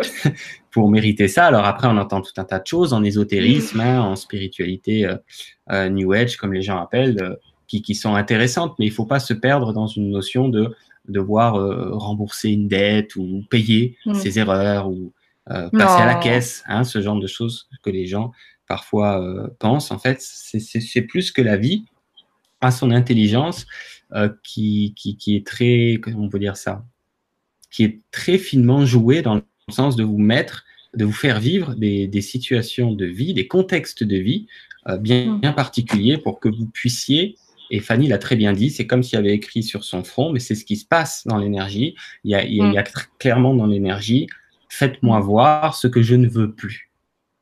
pour mériter ça? Alors après, on entend tout un tas de choses en ésotérisme, hein, en spiritualité euh, euh, New Age, comme les gens appellent, euh, qui, qui sont intéressantes, mais il faut pas se perdre dans une notion de devoir euh, rembourser une dette ou payer mmh. ses erreurs ou euh, passer Non. à la caisse, hein, ce genre de choses que les gens parfois euh, pensent. En fait, c'est plus que la vie a son intelligence euh, qui, qui, qui est très, comment on peut dire ça, qui est très finement jouée dans le sens de vous mettre, de vous faire vivre des, des situations de vie, des contextes de vie euh, bien, bien particuliers pour que vous puissiez. Et Fanny l'a très bien dit, c'est comme s'il y avait écrit sur son front, mais c'est ce qui se passe dans l'énergie. Il y a, il y a, il y a clairement dans l'énergie, faites-moi voir ce que je ne veux plus.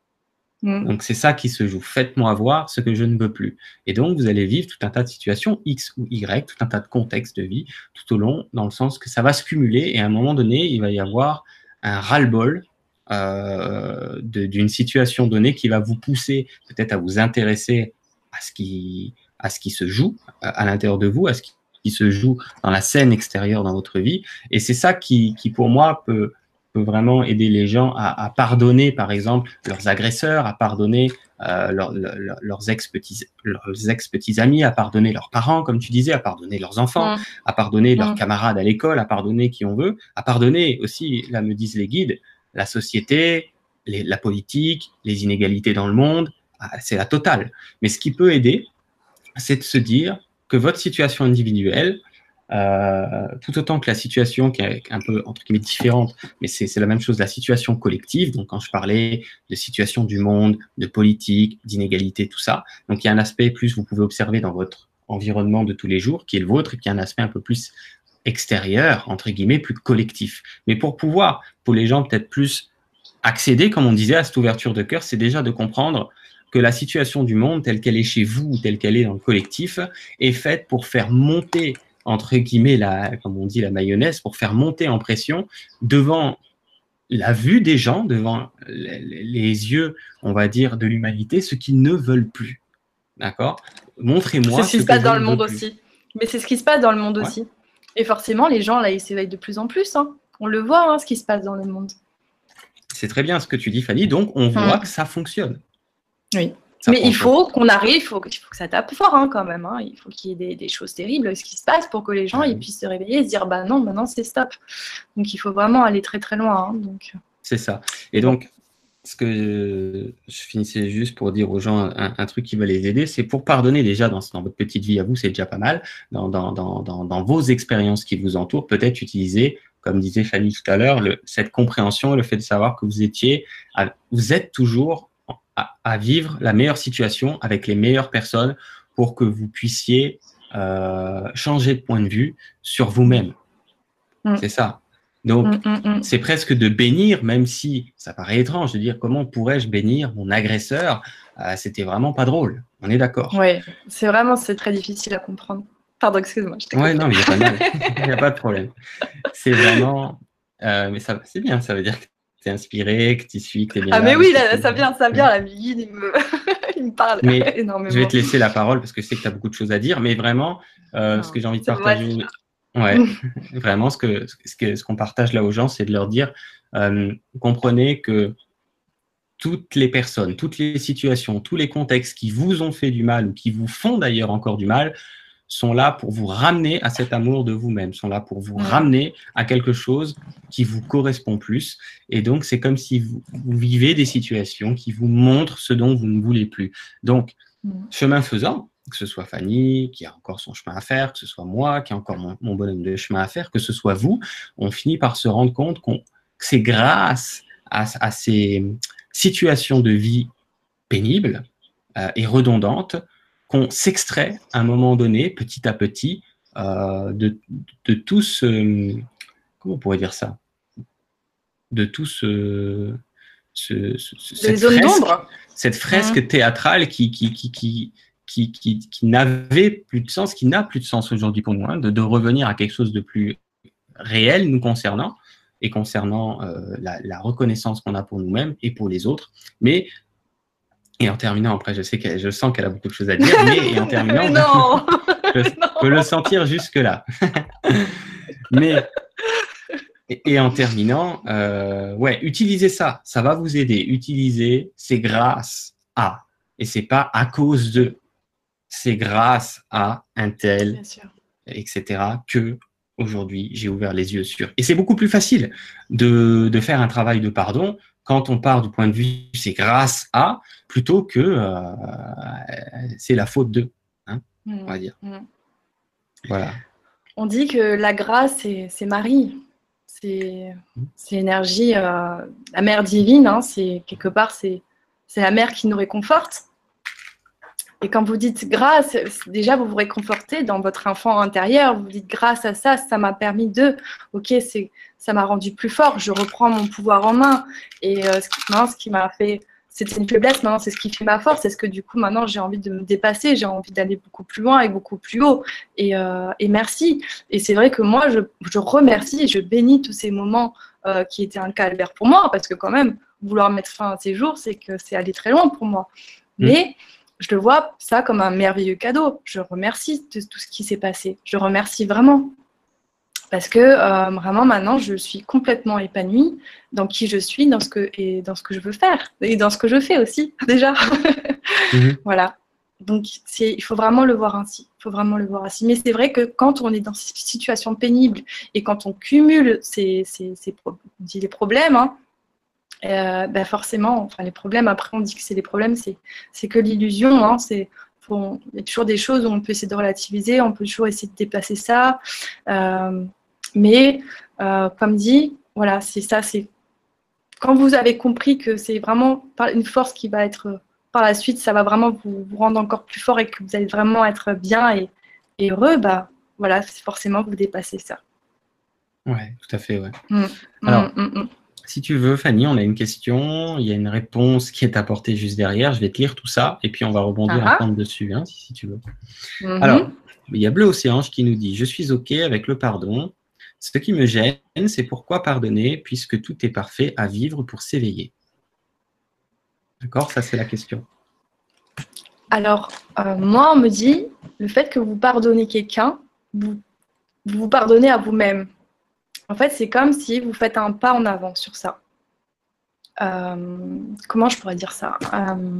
Mm. Donc c'est ça qui se joue, faites-moi voir ce que je ne veux plus. Et donc vous allez vivre tout un tas de situations X ou Y, tout un tas de contextes de vie tout au long, dans le sens que ça va se cumuler et à un moment donné, il va y avoir un ras-le-bol euh, d'une situation donnée qui va vous pousser peut-être à vous intéresser à ce qui, à ce qui se joue à, à l'intérieur de vous, à ce qui, qui se joue dans la scène extérieure dans votre vie. Et c'est ça qui, qui pour moi peut peut vraiment aider les gens à, à pardonner, par exemple, leurs agresseurs, à pardonner euh, leur, leur, leurs ex-petits leurs ex-petits amis, à pardonner leurs parents, comme tu disais, à pardonner leurs enfants, Mm. à pardonner leurs Mm. camarades à l'école, à pardonner qui on veut, à pardonner aussi, là me disent les guides, la société, les, la politique, les inégalités dans le monde, c'est la totale. Mais ce qui peut aider, c'est de se dire que votre situation individuelle, Euh, tout autant que la situation qui est un peu entre guillemets différente, mais c'est la même chose, la situation collective. Donc quand je parlais de situation du monde, de politique, d'inégalité, tout ça, donc il y a un aspect plus vous pouvez observer dans votre environnement de tous les jours qui est le vôtre, et qui est un aspect un peu plus extérieur, entre guillemets, plus collectif. Mais pour pouvoir, pour les gens peut-être plus accéder, comme on disait, à cette ouverture de cœur, c'est déjà de comprendre que la situation du monde telle qu'elle est chez vous ou telle qu'elle est dans le collectif est faite pour faire monter entre guillemets, la, comme on dit, la mayonnaise, pour faire monter en pression devant la vue des gens, devant les, les yeux, on va dire, de l'humanité, ce qu'ils ne veulent plus. D'accord? Montrez-moi ce, ce qui se passe dans le monde aussi. Mais c'est ce qui se passe dans le monde ouais. aussi. Et forcément, les gens, là, ils s'éveillent de plus en plus. Hein. On le voit, hein, ce qui se passe dans le monde. C'est très bien ce que tu dis, Fanny. Donc, on voit mmh. que ça fonctionne. Oui. Ça Mais il faut qu'on arrive, il faut, il faut que ça tape fort hein, quand même. Hein. Il faut qu'il y ait des, des choses terribles, ce qui se passe pour que les gens ah, ils oui. puissent se réveiller et se dire bah non, maintenant c'est stop. Donc il faut vraiment aller très très loin. Hein, donc c'est ça. Et donc, bon. ce que je finissais juste pour dire aux gens un, un truc qui va les aider, c'est pour pardonner déjà dans, dans votre petite vie à vous, c'est déjà pas mal. Dans, dans, dans, dans, dans vos expériences qui vous entourent, peut-être utiliser, comme disait Fanny tout à l'heure, cette compréhension, le fait de savoir que vous étiez, à, vous êtes toujours À, à vivre la meilleure situation avec les meilleures personnes pour que vous puissiez euh, changer de point de vue sur vous-même. Mm. C'est ça. Donc, mm, mm, mm. c'est presque de bénir, même si ça paraît étrange de dire comment pourrais-je bénir mon agresseur. Euh, C'était vraiment pas drôle. On est d'accord. Oui, c'est vraiment, c'est très difficile à comprendre. Pardon, excuse-moi. Oui, non, mais il n'y a, a pas de problème. C'est vraiment... Euh, mais ça, c'est bien, ça veut dire que tu es inspiré, que tu suis, que tu es bien Ah, là. mais oui, là, C'était- ça vient, ça vient, la guide, il me, il me parle Mais je énormément. vais te laisser la parole parce que je sais que tu as beaucoup de choses à dire, mais vraiment, euh, ce Non, que j'ai envie de c'est moi, partager, c'est ouais, vraiment, ce que ce que ce qu'on partage là aux gens, c'est de leur dire, euh, comprenez que toutes les personnes, toutes les situations, tous les contextes qui vous ont fait du mal ou qui vous font d'ailleurs encore du mal, sont là pour vous ramener à cet amour de vous-même, sont là pour vous Mm. ramener à quelque chose qui vous correspond plus. Et donc, c'est comme si vous, vous vivez des situations qui vous montrent ce dont vous ne voulez plus. Donc, Mm. chemin faisant, que ce soit Fanny qui a encore son chemin à faire, que ce soit moi qui a encore mon, mon bonhomme de chemin à faire, que ce soit vous, on finit par se rendre compte qu'on, que c'est grâce à, à ces situations de vie pénibles euh, et redondantes qu'on s'extrait à un moment donné, petit à petit, euh, de, de tout ce... Comment on pourrait dire ça? De tout ce... ce, ce cette Des zones fresque, d'ombre. cette fresque Mm. théâtrale qui, qui, qui, qui, qui, qui, qui n'avait plus de sens, qui n'a plus de sens aujourd'hui pour nous, hein, de, de revenir à quelque chose de plus réel nous concernant et concernant euh, la, la reconnaissance qu'on a pour nous-mêmes et pour les autres. Mais et en terminant, après, je sais que je sens qu'elle a beaucoup de choses à dire, mais et en terminant, Mais non. je Non. peux le sentir jusque-là. mais et, et en terminant, euh, ouais, utilisez ça, ça va vous aider. Utilisez, c'est grâce à, et c'est pas à cause de, c'est grâce à un tel, Bien sûr. et cetera que aujourd'hui j'ai ouvert les yeux sur. Et c'est beaucoup plus facile de, de faire un travail de pardon quand on part du point de vue c'est grâce à plutôt que euh, c'est la faute de, hein, Mm. on va dire. Mm. Voilà. On dit que la grâce, c'est, c'est Marie. C'est, c'est l'énergie, euh, la mère divine. Hein, c'est, quelque part, c'est, c'est la mère qui nous réconforte. Et quand vous dites grâce, déjà, vous vous réconfortez dans votre enfant intérieur. Vous dites grâce à ça, ça m'a permis de. Ok, c'est, ça m'a rendu plus fort. Je reprends mon pouvoir en main. Et euh, ce, qui, non, ce qui m'a fait. C'était une faiblesse, maintenant c'est ce qui fait ma force. C'est ce que du coup, maintenant, j'ai envie de me dépasser. J'ai envie d'aller beaucoup plus loin et beaucoup plus haut. Et, euh, et merci. Et c'est vrai que moi, je, je remercie et je bénis tous ces moments euh, qui étaient un calvaire pour moi. Parce que quand même, vouloir mettre fin à ces jours, c'est que c'est aller très loin pour moi. Mais. Mmh. Je le vois ça comme un merveilleux cadeau. Je remercie de tout ce qui s'est passé. Je remercie vraiment. Parce que euh, vraiment maintenant, je suis complètement épanouie dans qui je suis, dans ce que, et dans ce que je veux faire. Et dans ce que je fais aussi, déjà. Mmh. Voilà. Donc, c'est, il faut vraiment le voir ainsi. Il faut vraiment le voir ainsi. Mais c'est vrai que quand on est dans ces situations pénibles et quand on cumule ces, ces, ces pro- on dit les problèmes, hein, Euh, ben forcément, enfin, les problèmes, après on dit que c'est les problèmes, c'est, c'est que l'illusion. Hein, c'est, faut, il y a toujours des choses où on peut essayer de relativiser, on peut toujours essayer de dépasser ça. Euh, mais euh, comme dit, voilà, c'est ça, c'est quand vous avez compris que c'est vraiment une force qui va être par la suite, ça va vraiment vous, vous rendre encore plus fort et que vous allez vraiment être bien et, et heureux, bah voilà, c'est forcément que vous dépassez ça. Ouais, tout à fait, ouais. Mmh, Alors, mmh, mmh. si tu veux, Fanny, on a une question, il y a une réponse qui est apportée juste derrière. Je vais te lire tout ça et puis on va rebondir Ah, ensemble dessus, hein, si, si tu veux. mmh. Alors, il y a Bleu Océange qui nous dit « Je suis OK avec le pardon. Ce qui me gêne, c'est pourquoi pardonner puisque tout est parfait à vivre pour s'éveiller. » D'accord? Ça, c'est la question. Alors, euh, moi, on me dit, le fait que vous pardonnez quelqu'un, vous, vous vous pardonnez à vous-même. En fait, c'est comme si vous faites un pas en avant sur ça. Euh, comment je pourrais dire ça? euh,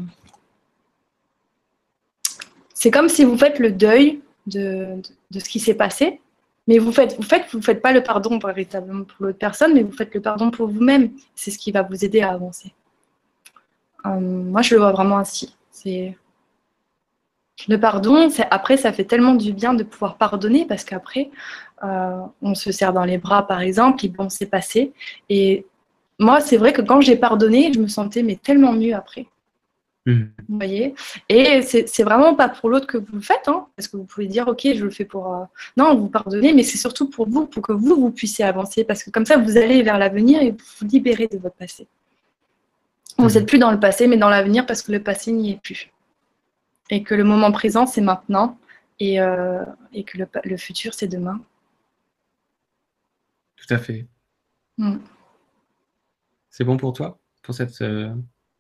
C'est comme si vous faites le deuil de, de, de ce qui s'est passé, mais vous faites, vous faites, vous faites pas le pardon véritablement pour l'autre personne, mais vous faites le pardon pour vous-même. C'est ce qui va vous aider à avancer. Euh, moi, je le vois vraiment ainsi. C'est le pardon. C'est, après, ça fait tellement du bien de pouvoir pardonner parce qu'après, euh, on se serre dans les bras, par exemple, et bon, c'est passé. Et moi, c'est vrai que quand j'ai pardonné, je me sentais mais tellement mieux après. Mmh. Vous voyez? Et c'est, c'est vraiment pas pour l'autre que vous le faites, hein, parce que vous pouvez dire, ok, je le fais pour... Euh... Non, vous pardonnez, mais c'est surtout pour vous, pour que vous, vous puissiez avancer, parce que comme ça, vous allez vers l'avenir et vous vous libérez de votre passé. Vous n'êtes mmh. plus dans le passé, mais dans l'avenir, parce que le passé n'y est plus. Et que le moment présent, c'est maintenant, et, euh, et que le, le futur, c'est demain. Tout à fait. Mmh. C'est bon pour toi pour cette, euh...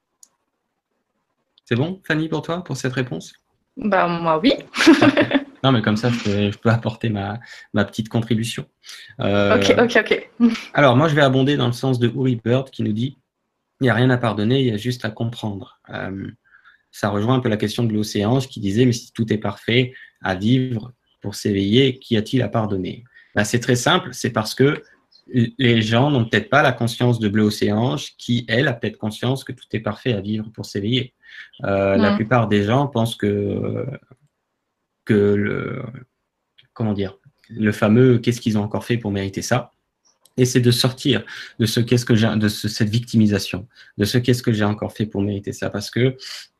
C'est bon, Fanny, pour toi, pour cette réponse? Bah, moi, oui. Parfait. Non, mais comme ça, je peux, je peux apporter ma, ma petite contribution. Ok, Euh... ok, ok. Alors, moi, je vais abonder dans le sens de Uri Bird qui nous dit il n'y a rien à pardonner, il y a juste à comprendre. Euh, ça rejoint un peu la question de l'océan qui disait mais si tout est parfait à vivre pour s'éveiller, qu'y a-t-il à pardonner? Ben, c'est très simple, c'est parce que les gens n'ont peut-être pas la conscience de Bleu Océan qui, elle, a peut-être conscience que tout est parfait à vivre pour s'éveiller. Euh, mm. La plupart des gens pensent que, que le, comment dire, le fameux qu'est-ce qu'ils ont encore fait pour mériter ça? Et c'est de sortir de ce qu'est-ce que j'ai, de ce, cette victimisation, de ce qu'est-ce que j'ai encore fait pour mériter ça. Parce que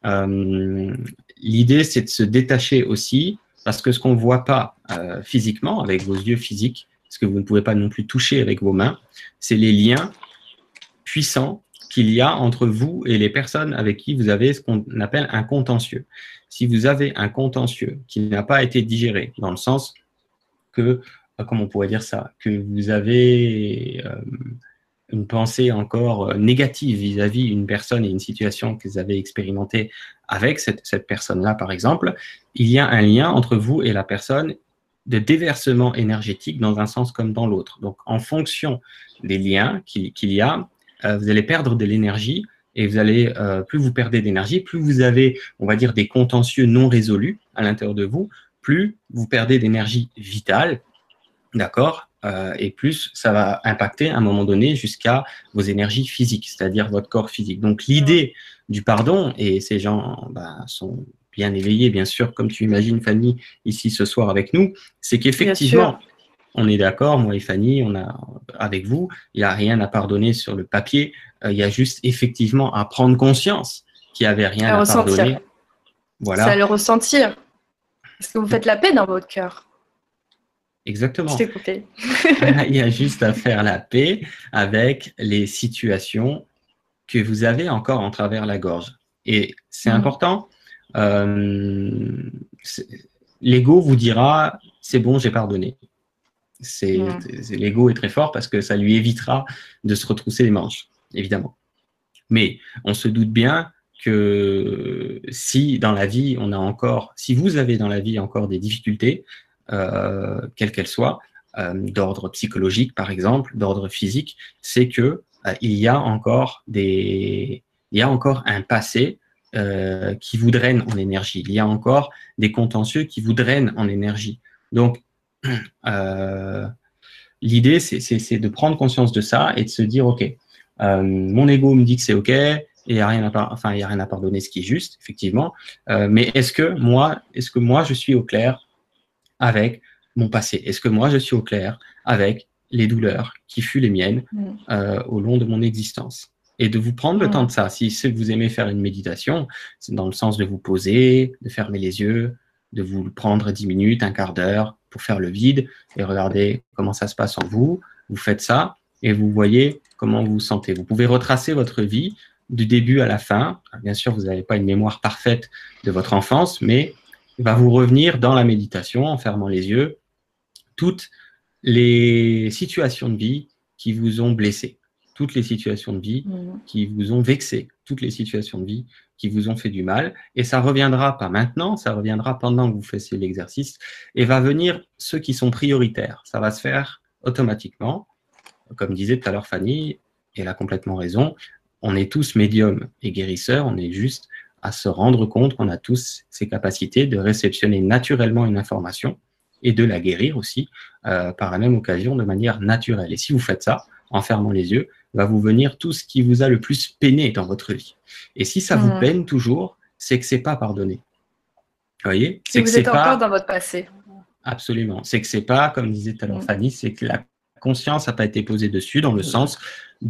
euh, l'idée, c'est de se détacher aussi, parce que ce qu'on ne voit pas euh, physiquement, avec vos yeux physiques, ce que vous ne pouvez pas non plus toucher avec vos mains, c'est les liens puissants qu'il y a entre vous et les personnes avec qui vous avez ce qu'on appelle un contentieux. Si vous avez un contentieux qui n'a pas été digéré, dans le sens que comment on pourrait dire ça, que vous avez euh, une pensée encore négative vis-à-vis d'une personne et une situation que vous avez expérimentée avec cette, cette personne-là, par exemple, il y a un lien entre vous et la personne de déversement énergétique dans un sens comme dans l'autre. Donc, en fonction des liens qu'il qu'il y a, euh, vous allez perdre de l'énergie et vous allez, euh, plus vous perdez d'énergie, plus vous avez, on va dire, des contentieux non résolus à l'intérieur de vous, plus vous perdez d'énergie vitale. D'accord, euh, et plus ça va impacter à un moment donné jusqu'à vos énergies physiques, c'est-à-dire votre corps physique. Donc l'idée du pardon, et ces gens ben, sont bien éveillés, bien sûr, comme tu imagines, Fanny, ici ce soir avec nous, c'est qu'effectivement, on est d'accord, moi et Fanny, on a avec vous, il n'y a rien à pardonner sur le papier, euh, il y a juste effectivement à prendre conscience qu'il n'y avait rien à, à pardonner. Voilà. C'est à le ressentir. Est-ce que vous faites la paix dans votre cœur? Exactement. Je t'ai coupé. Il y a juste à faire la paix avec les situations que vous avez encore en travers la gorge. Et c'est mmh. important. Euh, L'ego vous dira, c'est bon, j'ai pardonné. C'est mmh. L'ego est très fort parce que ça lui évitera de se retrousser les manches, évidemment. Mais on se doute bien que si dans la vie, on a encore, si vous avez dans la vie encore des difficultés, euh, quelles qu'elles soient, euh, d'ordre psychologique par exemple, d'ordre physique, c'est que euh, il y a encore des, il y a encore un passé euh, qui vous draine en énergie. Il y a encore des contentieux qui vous drainent en énergie. Donc euh, l'idée, c'est de prendre conscience de ça et de se dire, ok, euh, mon ego me dit que c'est ok, et il n'y a rien à enfin, il y a rien à pardonner, ce qui est juste, effectivement. Euh, mais est-ce que moi, est-ce que moi, je suis au clair avec mon passé? Est-ce que moi, je suis au clair avec les douleurs qui furent les miennes euh, au long de mon existence? Et de vous prendre le mmh. temps de ça. Si, si vous aimez faire une méditation, c'est dans le sens de vous poser, de fermer les yeux, de vous prendre dix minutes, un quart d'heure pour faire le vide et regarder comment ça se passe en vous. Vous faites ça et vous voyez comment vous vous sentez. Vous pouvez retracer votre vie du début à la fin. Bien sûr, vous n'avez pas une mémoire parfaite de votre enfance, mais il va vous revenir dans la méditation, en fermant les yeux, toutes les situations de vie qui vous ont blessé, toutes les situations de vie mmh. qui vous ont vexé, toutes les situations de vie qui vous ont fait du mal. Et ça reviendra pas maintenant, ça reviendra pendant que vous fassiez l'exercice et va venir ceux qui sont prioritaires. Ça va se faire automatiquement. Comme disait tout à l'heure Fanny, elle a complètement raison, on est tous médiums et guérisseurs, on est juste à se rendre compte qu'on a tous ces capacités de réceptionner naturellement une information et de la guérir aussi euh, par la même occasion de manière naturelle. Et si vous faites ça, en fermant les yeux, va vous venir tout ce qui vous a le plus peiné dans votre vie. Et si ça mmh. vous peine toujours, c'est que c'est pas pardonné. Vous voyez? C'est que vous êtes encore pas... dans votre passé. Absolument. C'est que c'est pas, comme disait tout à l'heure mmh. Fanny, c'est que la conscience n'a pas été posée dessus dans le mmh. sens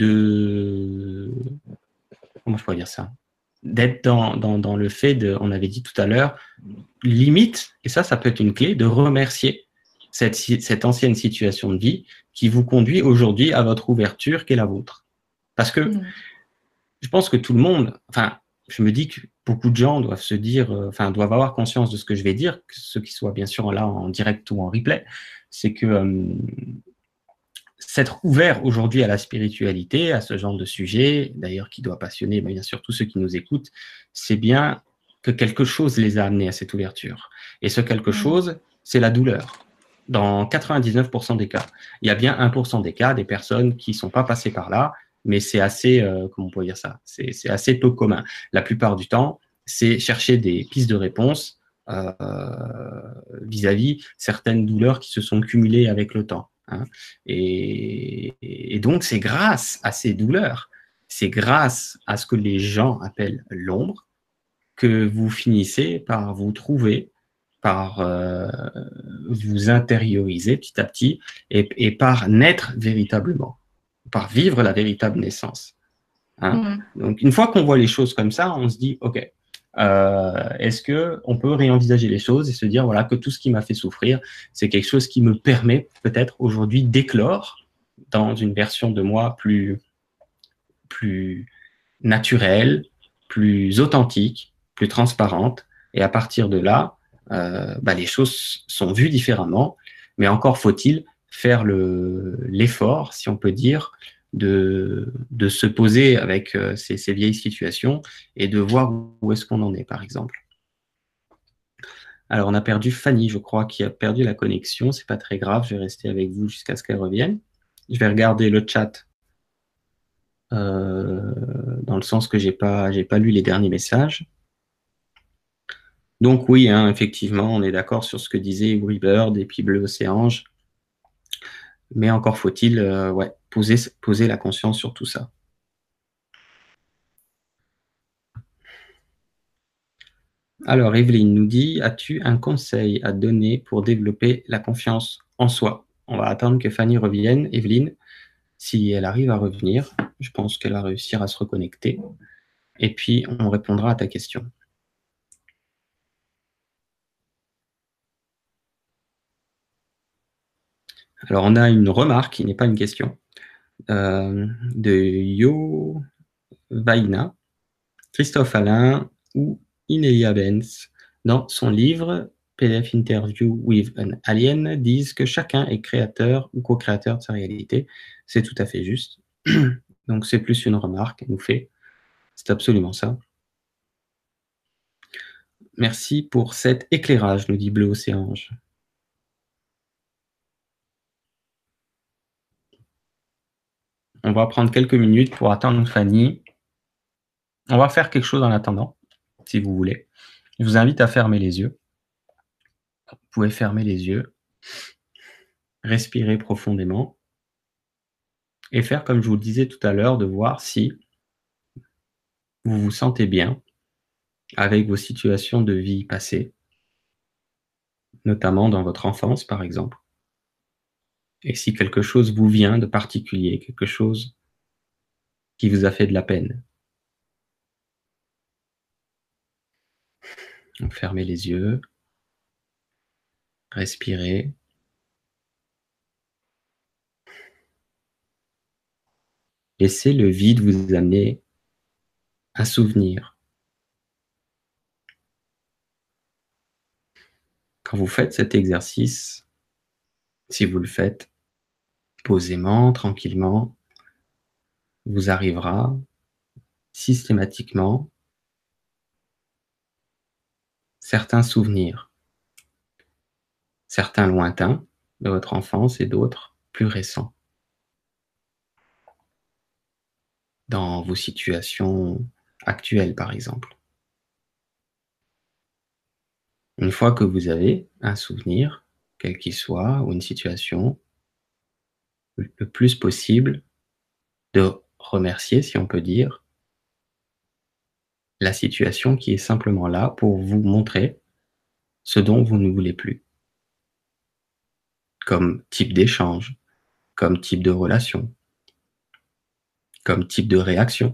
de... Comment je pourrais dire ça? D'être dans, dans, dans le fait de, on avait dit tout à l'heure, limite, et ça, ça peut être une clé, de remercier cette, cette ancienne situation de vie qui vous conduit aujourd'hui à votre ouverture qui est la vôtre. Parce que mmh. je pense que tout le monde, enfin, je me dis que beaucoup de gens doivent se dire, euh, enfin, doivent avoir conscience de ce que je vais dire, que ceux qui soient bien sûr là en direct ou en replay, c'est que euh, s'être ouvert aujourd'hui à la spiritualité, à ce genre de sujet, d'ailleurs qui doit passionner bien sûr tous ceux qui nous écoutent, c'est bien que quelque chose les a amenés à cette ouverture. Et ce quelque chose, c'est la douleur. Dans quatre-vingt-dix-neuf pour cent des cas. Il y a bien un pour cent des cas, des personnes qui ne sont pas passées par là, mais c'est assez, euh, comment on peut dire ça, c'est assez peu commun. La plupart du temps, c'est chercher des pistes de réponse vis-à-vis -vis certaines douleurs qui se sont cumulées avec le temps. Hein. Et, et donc, c'est grâce à ces douleurs, c'est grâce à ce que les gens appellent l'ombre, que vous finissez par vous trouver, par euh, vous intérioriser petit à petit et, et par naître véritablement, par vivre la véritable naissance. Hein. Mmh. Donc, une fois qu'on voit les choses comme ça, on se dit, OK, euh, est-ce qu'on peut réenvisager les choses et se dire, voilà, que tout ce qui m'a fait souffrir, c'est quelque chose qui me permet peut-être aujourd'hui d'éclore dans une version de moi plus, plus naturelle, plus authentique, plus transparente. Et à partir de là, euh, bah, les choses sont vues différemment, mais encore faut-il faire l'effort, si on peut dire, de, de se poser avec euh, ces, ces vieilles situations et de voir où est-ce qu'on en est, par exemple. Alors, on a perdu Fanny, je crois, qui a perdu la connexion. C'est pas très grave, je vais rester avec vous jusqu'à ce qu'elle revienne. Je vais regarder le chat euh, dans le sens que j'ai pas, j'ai pas lu les derniers messages. Donc oui, hein, effectivement, on est d'accord sur ce que disait Weebird et puis Bleu Océange. Mais encore faut-il euh, ouais, poser, poser la conscience sur tout ça. Alors, Evelyne nous dit, as-tu un conseil à donner pour développer la confiance en soi? On va attendre que Fanny revienne. Evelyne, si elle arrive à revenir, je pense qu'elle va réussir à se reconnecter. Et puis, on répondra à ta question. Alors, on a une remarque qui n'est pas une question, euh, de Yo Vaina, Christophe Alain ou Inelia Benz, dans son livre P D F Interview with an Alien, disent que chacun est créateur ou co-créateur de sa réalité. C'est tout à fait juste. Donc, c'est plus une remarque qu'elle nous fait. C'est absolument ça. Merci pour cet éclairage, nous dit Bleu Océange. On va prendre quelques minutes pour attendre Fanny. On va faire quelque chose en attendant, si vous voulez. Je vous invite à fermer les yeux. Vous pouvez fermer les yeux, respirer profondément et faire comme je vous le disais tout à l'heure, de voir si vous vous sentez bien avec vos situations de vie passées, notamment dans votre enfance, par exemple. Et si quelque chose vous vient de particulier, quelque chose qui vous a fait de la peine. Donc, fermez les yeux, respirez. Laissez le vide vous amener un souvenir. Quand vous faites cet exercice, si vous le faites posément, tranquillement, vous arrivera systématiquement certains souvenirs, certains lointains de votre enfance et d'autres plus récents. Dans vos situations actuelles, par exemple. Une fois que vous avez un souvenir, quel qu'il soit, ou une situation, le plus possible de remercier, si on peut dire, la situation qui est simplement là pour vous montrer ce dont vous ne voulez plus. Comme type d'échange, comme type de relation, comme type de réaction.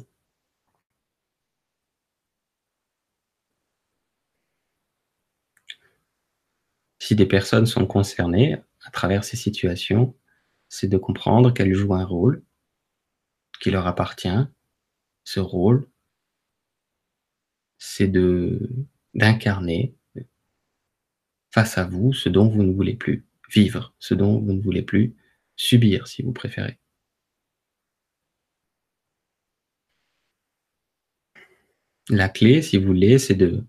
Si des personnes sont concernées à travers ces situations, c'est de comprendre qu'elles jouent un rôle qui leur appartient. Ce rôle, c'est de d'incarner face à vous ce dont vous ne voulez plus, vivre ce dont vous ne voulez plus subir si vous préférez. La clé, si vous voulez, c'est de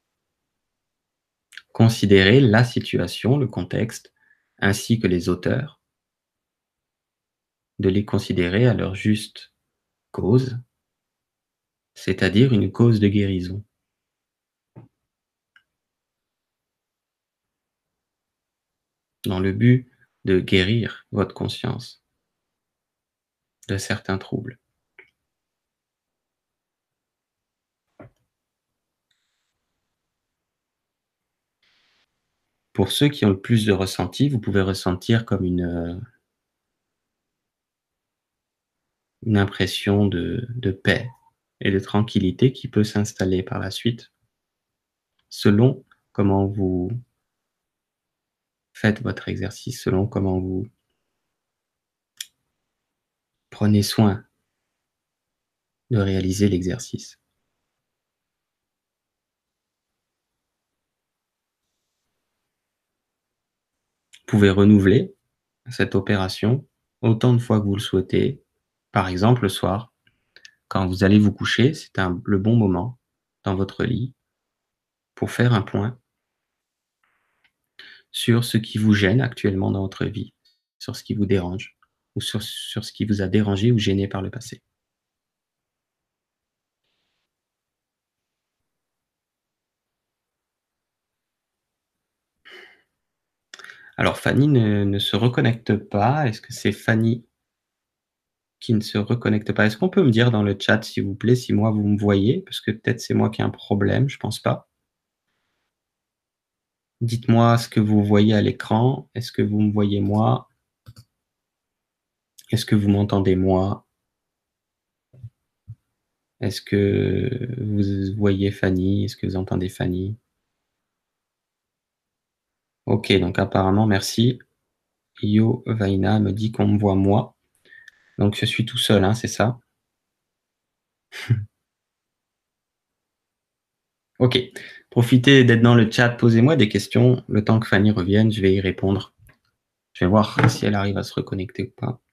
considérer la situation, le contexte, ainsi que les auteurs, de les considérer à leur juste cause, c'est-à-dire une cause de guérison. Dans le but de guérir votre conscience de certains troubles. Pour ceux qui ont le plus de ressenti, vous pouvez ressentir comme une, une impression de, de paix et de tranquillité qui peut s'installer par la suite, selon comment vous faites votre exercice, selon comment vous prenez soin de réaliser l'exercice. Vous pouvez renouveler cette opération autant de fois que vous le souhaitez. Par exemple, le soir, quand vous allez vous coucher, c'est un, le bon moment dans votre lit pour faire un point sur ce qui vous gêne actuellement dans votre vie, sur ce qui vous dérange, ou sur, sur ce qui vous a dérangé ou gêné par le passé. Alors, Fanny ne, ne se reconnecte pas. Est-ce que c'est Fanny qui ne se reconnecte pas? Est-ce qu'on peut me dire dans le chat, s'il vous plaît, si moi vous me voyez? Parce que peut-être c'est moi qui ai un problème, je pense pas. Dites-moi ce que vous voyez à l'écran. Est-ce que vous me voyez moi? Est-ce que vous m'entendez moi? Est-ce que vous voyez Fanny? Est-ce que vous entendez Fanny? Ok, donc apparemment, merci. Yo Vaina me dit qu'on me voit moi. Donc je suis tout seul, hein, c'est ça? Ok. Profitez d'être dans le chat, posez-moi des questions. Le temps que Fanny revienne, je vais y répondre. Je vais voir si elle arrive à se reconnecter ou pas.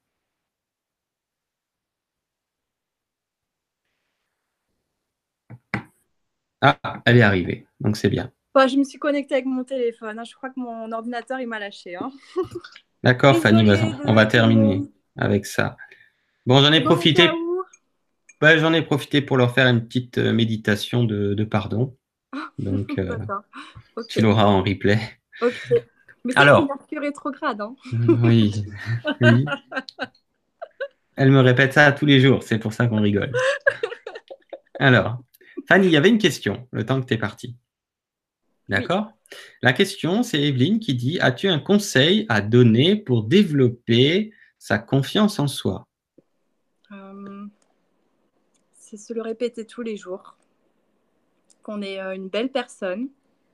Ah, elle est arrivée, donc c'est bien. Bah, je me suis connectée avec mon téléphone. Hein. Je crois que mon ordinateur, il m'a lâché. Hein. D'accord, Fanny, bah, on va terminer avec ça. Bon, j'en ai bon, profité. Bah, j'en ai profité pour leur faire une petite méditation de, de pardon. Donc, euh, okay. Tu l'auras en replay. Ok. Mais ça, c'est Mercure rétrograde. Hein. Oui. oui. Elle me répète ça tous les jours, c'est pour ça qu'on rigole. Alors, Fanny, il y avait une question, le temps que tu es partie. D'accord? Oui. La question, c'est Evelyne qui dit, as-tu un conseil à donner pour développer sa confiance en soi? euh, C'est se le répéter tous les jours, qu'on est euh, une belle personne.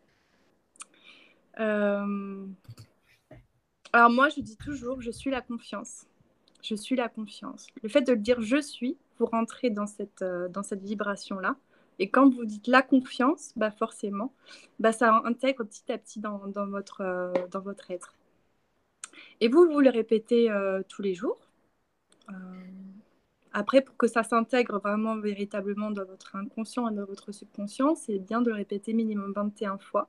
Euh... Alors moi, je dis toujours, je suis la confiance. Je suis la confiance. Le fait de le dire je suis, vous rentrez dans cette, euh, dans cette vibration-là. Et quand vous dites la confiance, bah forcément, bah ça intègre petit à petit dans, dans, votre, euh, dans votre être. Et vous, vous le répétez euh, tous les jours. Euh... Après, pour que ça s'intègre vraiment véritablement dans votre inconscient et dans votre subconscient, c'est bien de le répéter minimum vingt et une fois.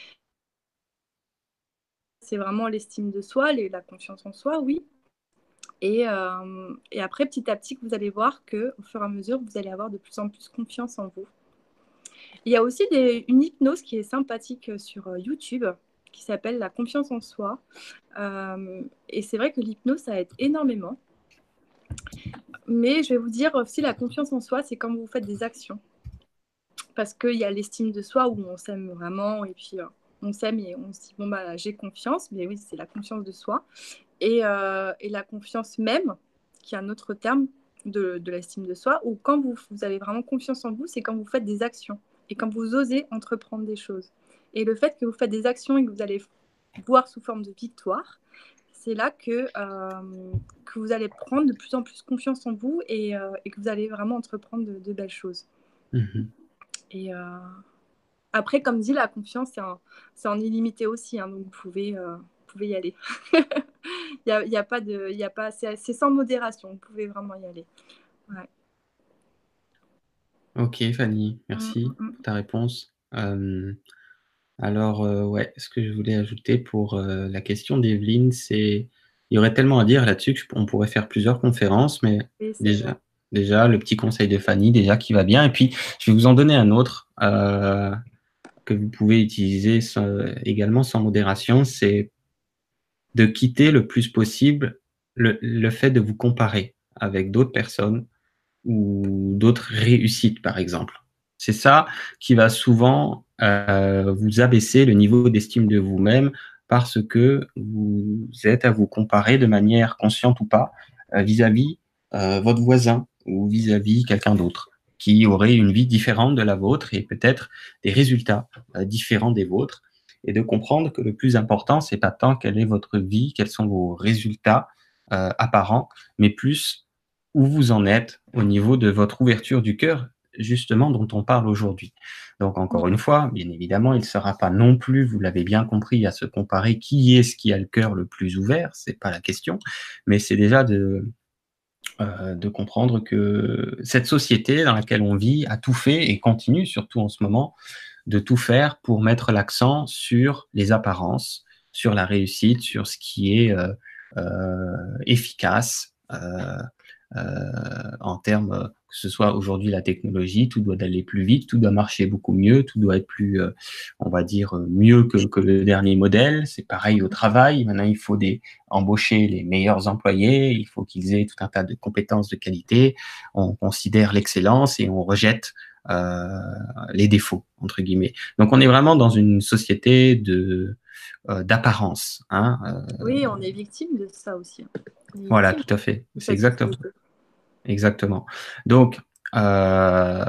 C'est vraiment l'estime de soi, la confiance en soi, oui. Et, euh, et après, petit à petit, vous allez voir qu'au fur et à mesure, vous allez avoir de plus en plus confiance en vous. Il y a aussi des, une hypnose qui est sympathique sur YouTube, qui s'appelle la confiance en soi. Euh, et c'est vrai que l'hypnose, ça aide énormément. Mais je vais vous dire aussi, la confiance en soi, c'est quand vous faites des actions. Parce qu'il y a l'estime de soi où on s'aime vraiment, et puis euh, on s'aime et on se dit, bon, bah, j'ai confiance. Mais oui, c'est la confiance de soi. Et, euh, et la confiance même, qui est un autre terme de, de l'estime de soi, où quand vous, vous avez vraiment confiance en vous, c'est quand vous faites des actions et quand vous osez entreprendre des choses. Et le fait que vous faites des actions et que vous allez voir sous forme de victoire, c'est là que, euh, que vous allez prendre de plus en plus confiance en vous et, euh, et que vous allez vraiment entreprendre de, de belles choses. Mmh. Et euh, après, comme dit, la confiance, c'est en, c'est en illimité aussi, hein, donc vous pouvez, euh, vous pouvez y aller. Il y a, y a pas de, il y a pas, c'est, c'est sans modération. Vous pouvez vraiment y aller. Ouais. Ok, Fanny, Mm, merci mm, pour ta réponse. Euh, alors, euh, ouais, ce que je voulais ajouter pour euh, la question d'Evelyne, c'est, il y aurait tellement à dire là-dessus qu'on pourrait faire plusieurs conférences, mais oui, c'est vrai. déjà, déjà, le petit conseil de Fanny, déjà, qui va bien. Et puis, je vais vous en donner un autre euh, que vous pouvez utiliser sans- également sans modération, c'est de quitter le plus possible le, le fait de vous comparer avec d'autres personnes ou d'autres réussites, par exemple. C'est ça qui va souvent euh, vous abaisser le niveau d'estime de vous-même parce que vous êtes à vous comparer de manière consciente ou pas euh, vis-à-vis euh, votre voisin ou vis-à-vis quelqu'un d'autre qui aurait une vie différente de la vôtre et peut-être des résultats euh, différents des vôtres, et de comprendre que le plus important, c'est pas tant quelle est votre vie, quels sont vos résultats euh, apparents, mais plus où vous en êtes au niveau de votre ouverture du cœur, justement, dont on parle aujourd'hui. Donc, encore une fois, bien évidemment, il ne sera pas non plus, vous l'avez bien compris, à se comparer qui est ce qui a le cœur le plus ouvert, c'est pas la question, mais c'est déjà de, euh, de comprendre que cette société dans laquelle on vit a tout fait et continue, surtout en ce moment, de tout faire pour mettre l'accent sur les apparences, sur la réussite, sur ce qui est euh, euh, efficace euh, euh, en termes, euh, que ce soit aujourd'hui la technologie, tout doit aller plus vite, tout doit marcher beaucoup mieux, tout doit être plus, euh, on va dire, mieux que, que le dernier modèle. C'est pareil au travail. Maintenant, il faut des, embaucher les meilleurs employés, il faut qu'ils aient tout un tas de compétences de qualité. On considère l'excellence et on rejette euh, les défauts, entre guillemets. Donc, on est vraiment dans une société de euh, d'apparence. Hein, euh, Oui, on est victime de ça aussi. voilà, tout à fait. De C'est cette exactement. société. Exactement. Donc, euh,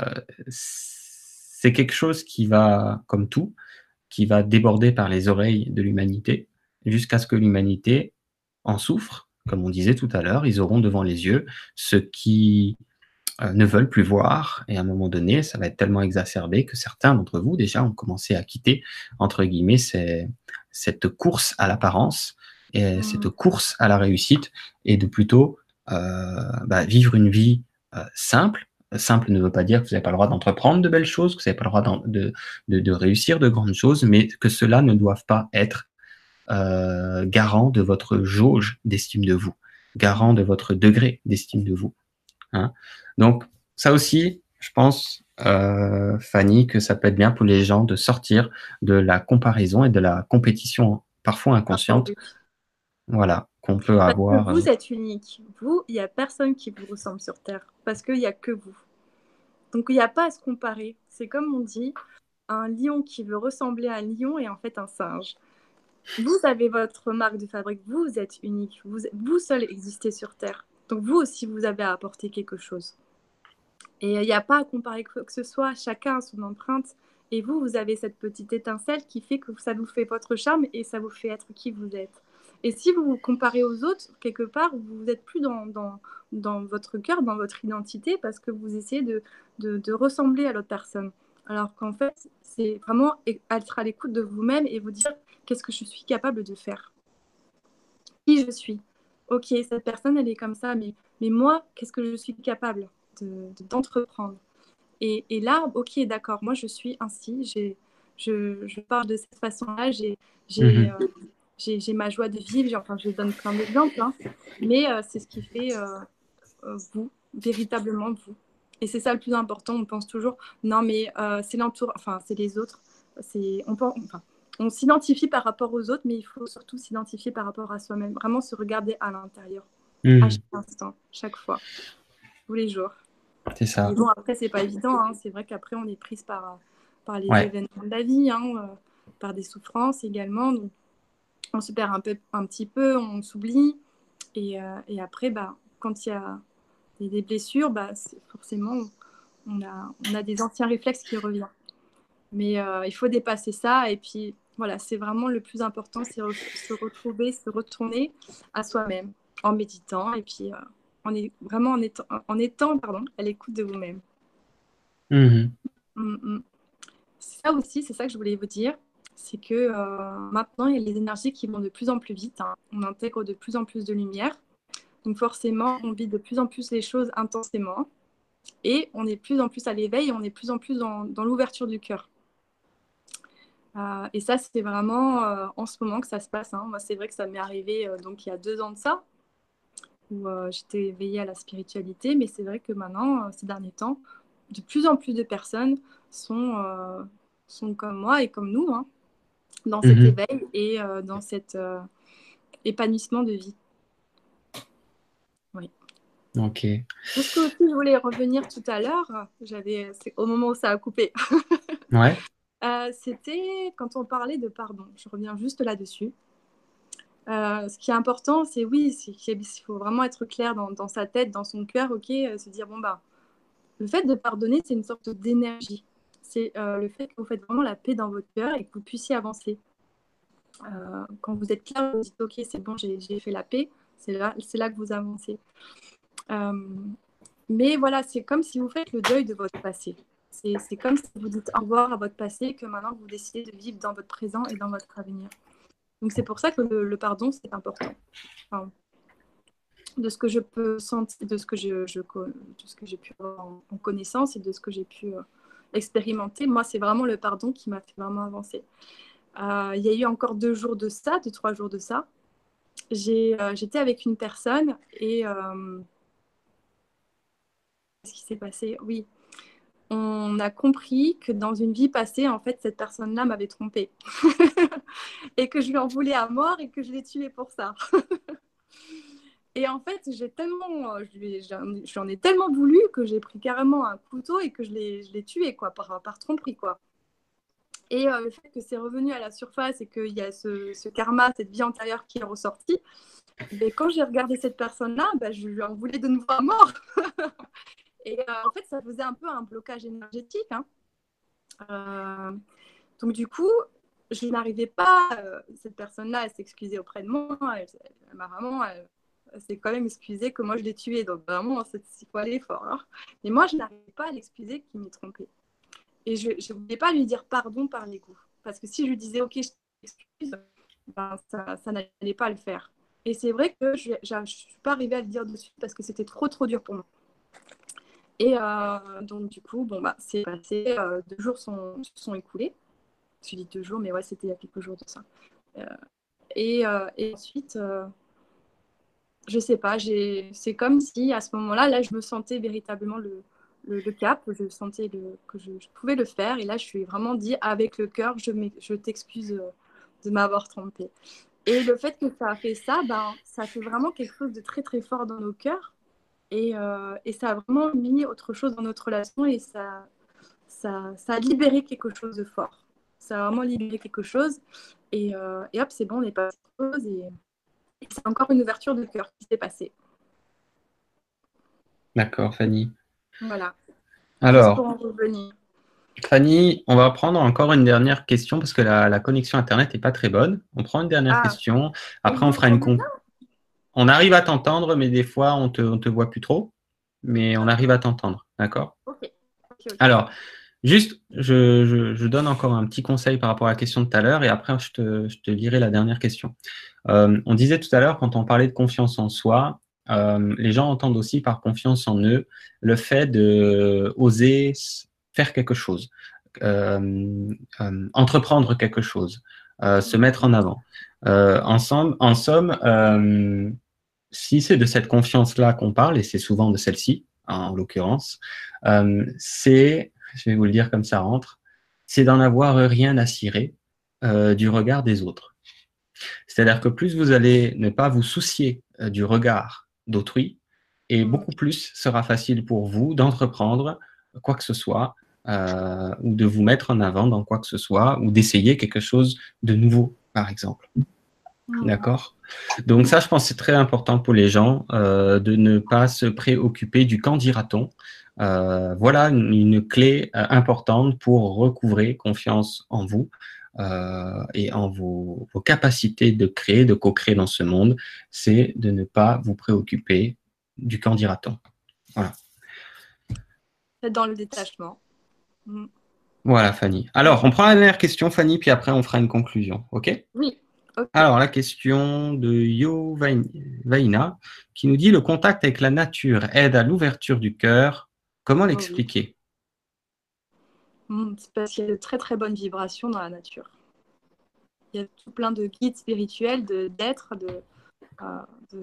c'est quelque chose qui va, comme tout, qui va déborder par les oreilles de l'humanité, jusqu'à ce que l'humanité en souffre. Comme on disait tout à l'heure, ils auront devant les yeux ce qui euh, ne veulent plus voir, et à un moment donné, ça va être tellement exacerbé que certains d'entre vous, déjà, ont commencé à quitter, entre guillemets, ces, cette course à l'apparence, et cette Mm. course à la réussite, et de plutôt euh, bah, vivre une vie euh, simple. Simple ne veut pas dire que vous n'avez pas le droit d'entreprendre de belles choses, que vous n'avez pas le droit de, de, de réussir de grandes choses, mais que cela ne doive pas être euh, garant de votre jauge d'estime de vous, garant de votre degré d'estime de vous. Hein. Donc, ça aussi, je pense, euh, Fanny, que ça peut être bien pour les gens de sortir de la comparaison et de la compétition parfois Ah, bah inconsciente, oui. voilà, qu'on peut Parce que avoir. euh, vous êtes unique. Vous, il n'y a personne qui vous ressemble sur Terre. Parce qu'il n'y a que vous. Donc, il n'y a pas à se comparer. C'est comme on dit, un lion qui veut ressembler à un lion est en fait un singe. Vous avez votre marque de fabrique. Vous êtes unique. Vous, vous seul existez sur Terre. Donc, vous aussi, vous avez à apporter quelque chose. Et il n'y a pas à comparer quoi que ce soit. Chacun a son empreinte. Et vous, vous avez cette petite étincelle qui fait que ça vous fait votre charme et ça vous fait être qui vous êtes. Et si vous vous comparez aux autres, quelque part, vous n'êtes plus dans, dans, dans votre cœur, dans votre identité, parce que vous essayez de, de, de ressembler à l'autre personne. Alors qu'en fait, c'est vraiment être à l'écoute de vous-même et vous dire qu'est-ce que je suis capable de faire. Qui je suis. Ok, cette personne, elle est comme ça, mais, mais moi, qu'est-ce que je suis capable de, de, d'entreprendre. Et, et là, ok, d'accord, moi je suis ainsi, j'ai, je, je parle de cette façon-là, j'ai, j'ai, mhm. euh, j'ai, j'ai ma joie de vivre, j'ai- enfin je donne plein d'exemples, hein, mais euh, c'est ce qui fait euh, euh, vous, véritablement vous. Et c'est ça le plus important, on pense toujours, non mais euh, c'est l'entour, enfin c'est les autres, c'est, on, pense, enfin, on s'identifie par rapport aux autres, mais il faut surtout s'identifier par rapport à soi-même, vraiment se regarder à l'intérieur, à Mhm. chaque instant, chaque fois, tous les jours. C'est ça. Mais bon, après, c'est pas évident. Hein. C'est vrai qu'après, on est prise par, par les Ouais. événements de la vie, hein, euh, par des souffrances également. Donc, on se perd un, peu, un petit peu, on s'oublie. Et, euh, et après, bah, quand il y a des, des blessures, bah, forcément, on a, on a des anciens réflexes qui reviennent. Mais euh, il faut dépasser ça. Et puis, voilà, c'est vraiment le plus important, c'est re se retrouver, se retourner à soi-même en méditant. Et puis, euh, on est vraiment en étant, en étant pardon, à l'écoute de vous-même. Mhm. Mm, mm. Ça aussi, c'est ça que je voulais vous dire. c'est que euh, maintenant, il y a les énergies qui vont de plus en plus vite. Hein. On intègre de plus en plus de lumière. Donc forcément, on vit de plus en plus les choses intensément. Et on est de plus en plus à l'éveil, on est de plus en plus dans, dans l'ouverture du cœur. Euh, et ça, c'est vraiment euh, en ce moment que ça se passe. Hein. Moi, c'est vrai que ça m'est arrivé euh, donc il y a deux ans de ça, où euh, j'étais éveillée à la spiritualité. Mais c'est vrai que maintenant, euh, ces derniers temps, de plus en plus de personnes sont, euh, sont comme moi et comme nous, hein, dans cet Mhm. éveil et euh, dans cet euh, épanouissement de vie. Oui. Ok. Ce que aussi je voulais revenir tout à l'heure, j'avais, c'est au moment où ça a coupé, Ouais. euh, c'était quand on parlait de pardon. Je reviens juste là-dessus. Euh, ce qui est important, c'est oui, c'est qu'il faut vraiment être clair dans, dans sa tête, dans son cœur, ok, euh, se dire bon bah, le fait de pardonner, c'est une sorte d'énergie. C'est euh, le fait que vous faites vraiment la paix dans votre cœur et que vous puissiez avancer. Euh, quand vous êtes clair, vous dites ok, c'est bon, j'ai, j'ai fait la paix. C'est là, c'est là que vous avancez. Euh, mais voilà, c'est comme si vous faites le deuil de votre passé. C'est, c'est comme si vous dites au revoir à votre passé, que maintenant vous décidez de vivre dans votre présent et dans votre avenir. Donc c'est pour ça que le, le pardon, c'est important. Enfin, de ce que je peux sentir, de ce que, je, je, de ce que j'ai pu avoir en, en connaissance et de ce que j'ai pu euh, expérimenter, moi, c'est vraiment le pardon qui m'a fait vraiment avancer. Euh, il y a eu encore deux jours de ça, deux, trois jours de ça. J'ai, euh, j'étais avec une personne et euh, qu'est-ce qui s'est passé? Oui, on a compris que dans une vie passée, en fait, cette personne-là m'avait trompée et que je lui en voulais à mort et que je l'ai tuée pour ça. Et en fait, j'ai tellement, je lui ai- j'en ai tellement voulu que j'ai pris carrément un couteau et que je l'ai, je l'ai tué quoi, par, par tromperie quoi. Et euh, le fait que c'est revenu à la surface et qu'il y a ce, ce karma, cette vie antérieure qui est ressortie, ben, quand j'ai regardé cette personne-là, ben, je lui en voulais de nouveau à mort. Et euh, en fait, ça faisait un peu un blocage énergétique. Hein. Euh, donc du coup, je n'arrivais pas, euh, cette personne-là, elle s'excusait auprès de moi, elle, elle m'a vraiment, elle, elle s'est quand même excusée que moi je l'ai tué, donc vraiment, il faut aller fort. Hein. Mais moi, je n'arrivais pas à l'excuser qu'il m'ait trompée. Et je ne voulais pas lui dire pardon par l'égout. Parce que si je lui disais, ok, je t'excuse, ben, ça, ça n'allait pas le faire. Et c'est vrai que je ne suis pas arrivée à le dire dessus parce que c'était trop, trop dur pour moi. Et euh, donc, du coup, bon, bah, c'est passé, euh, deux jours sont, sont écoulés. Je dis deux jours, mais ouais, c'était il y a quelques jours de ça. Euh, et, euh, et ensuite, euh, je sais pas, j'ai, c'est comme si à ce moment-là, là, je me sentais véritablement le, le, le cap, je sentais le, que je, je, pouvais le faire. Et là, je lui ai vraiment dit avec le cœur, je, je t'excuse de m'avoir trompée. Et le fait que ça a fait ça, ben, ça fait vraiment quelque chose de très, très fort dans nos cœurs. Et, euh, et ça a vraiment mis autre chose dans notre relation et ça, ça, ça a libéré quelque chose de fort. Ça a vraiment libéré quelque chose. Et, euh, et hop, c'est bon, on est passé à autre chose. Et, et c'est encore une ouverture de cœur qui s'est passée. D'accord, Fanny. Voilà. Juste pour Alors, en revenir. Fanny, on va prendre encore une dernière question parce que la, la connexion Internet n'est pas très bonne. On prend une dernière Ah, question. et vous Après, on fera une m'entendez con. bien? On arrive à t'entendre, mais des fois, on te, on te voit plus trop. Mais on arrive à t'entendre. D'accord? Ok, ok, ok. Alors, juste, je, je, je donne encore un petit conseil par rapport à la question de tout à l'heure et après, je te, je te lirai la dernière question. Euh, on disait tout à l'heure, quand on parlait de confiance en soi, euh, les gens entendent aussi par confiance en eux le fait de oser faire quelque chose, euh, euh, entreprendre quelque chose, euh, se mettre en avant. Euh, en somme, en somme euh, si c'est de cette confiance-là qu'on parle, et c'est souvent de celle-ci, en l'occurrence, euh, c'est, je vais vous le dire comme ça rentre, c'est d'en avoir rien à cirer euh, du regard des autres. C'est-à-dire que plus vous allez ne pas vous soucier euh, du regard d'autrui, et Mm. beaucoup plus sera facile pour vous d'entreprendre quoi que ce soit, euh, ou de vous mettre en avant dans quoi que ce soit, ou d'essayer quelque chose de nouveau, par exemple. Mm. D'accord? Donc ça, je pense que c'est très important pour les gens euh, de ne pas se préoccuper du qu'en dira-t-on. Euh, voilà une, une clé euh, importante pour recouvrer confiance en vous euh, et en vos, vos capacités de créer, de co-créer dans ce monde, c'est de ne pas vous préoccuper du qu'en dira-t-on. Voilà. C'est dans le détachement. Mm. Voilà, Fanny. Alors, on prend la dernière question, Fanny, puis après, on fera une conclusion. OK? Oui. Okay. Alors, la question de Yo Vaina qui nous dit « Le contact avec la nature aide à l'ouverture du cœur. Comment l'expliquer ?» mmh, C'est parce qu'il y a de très, très bonnes vibrations dans la nature. Il y a tout plein de guides spirituels, d'êtres, de, euh, de,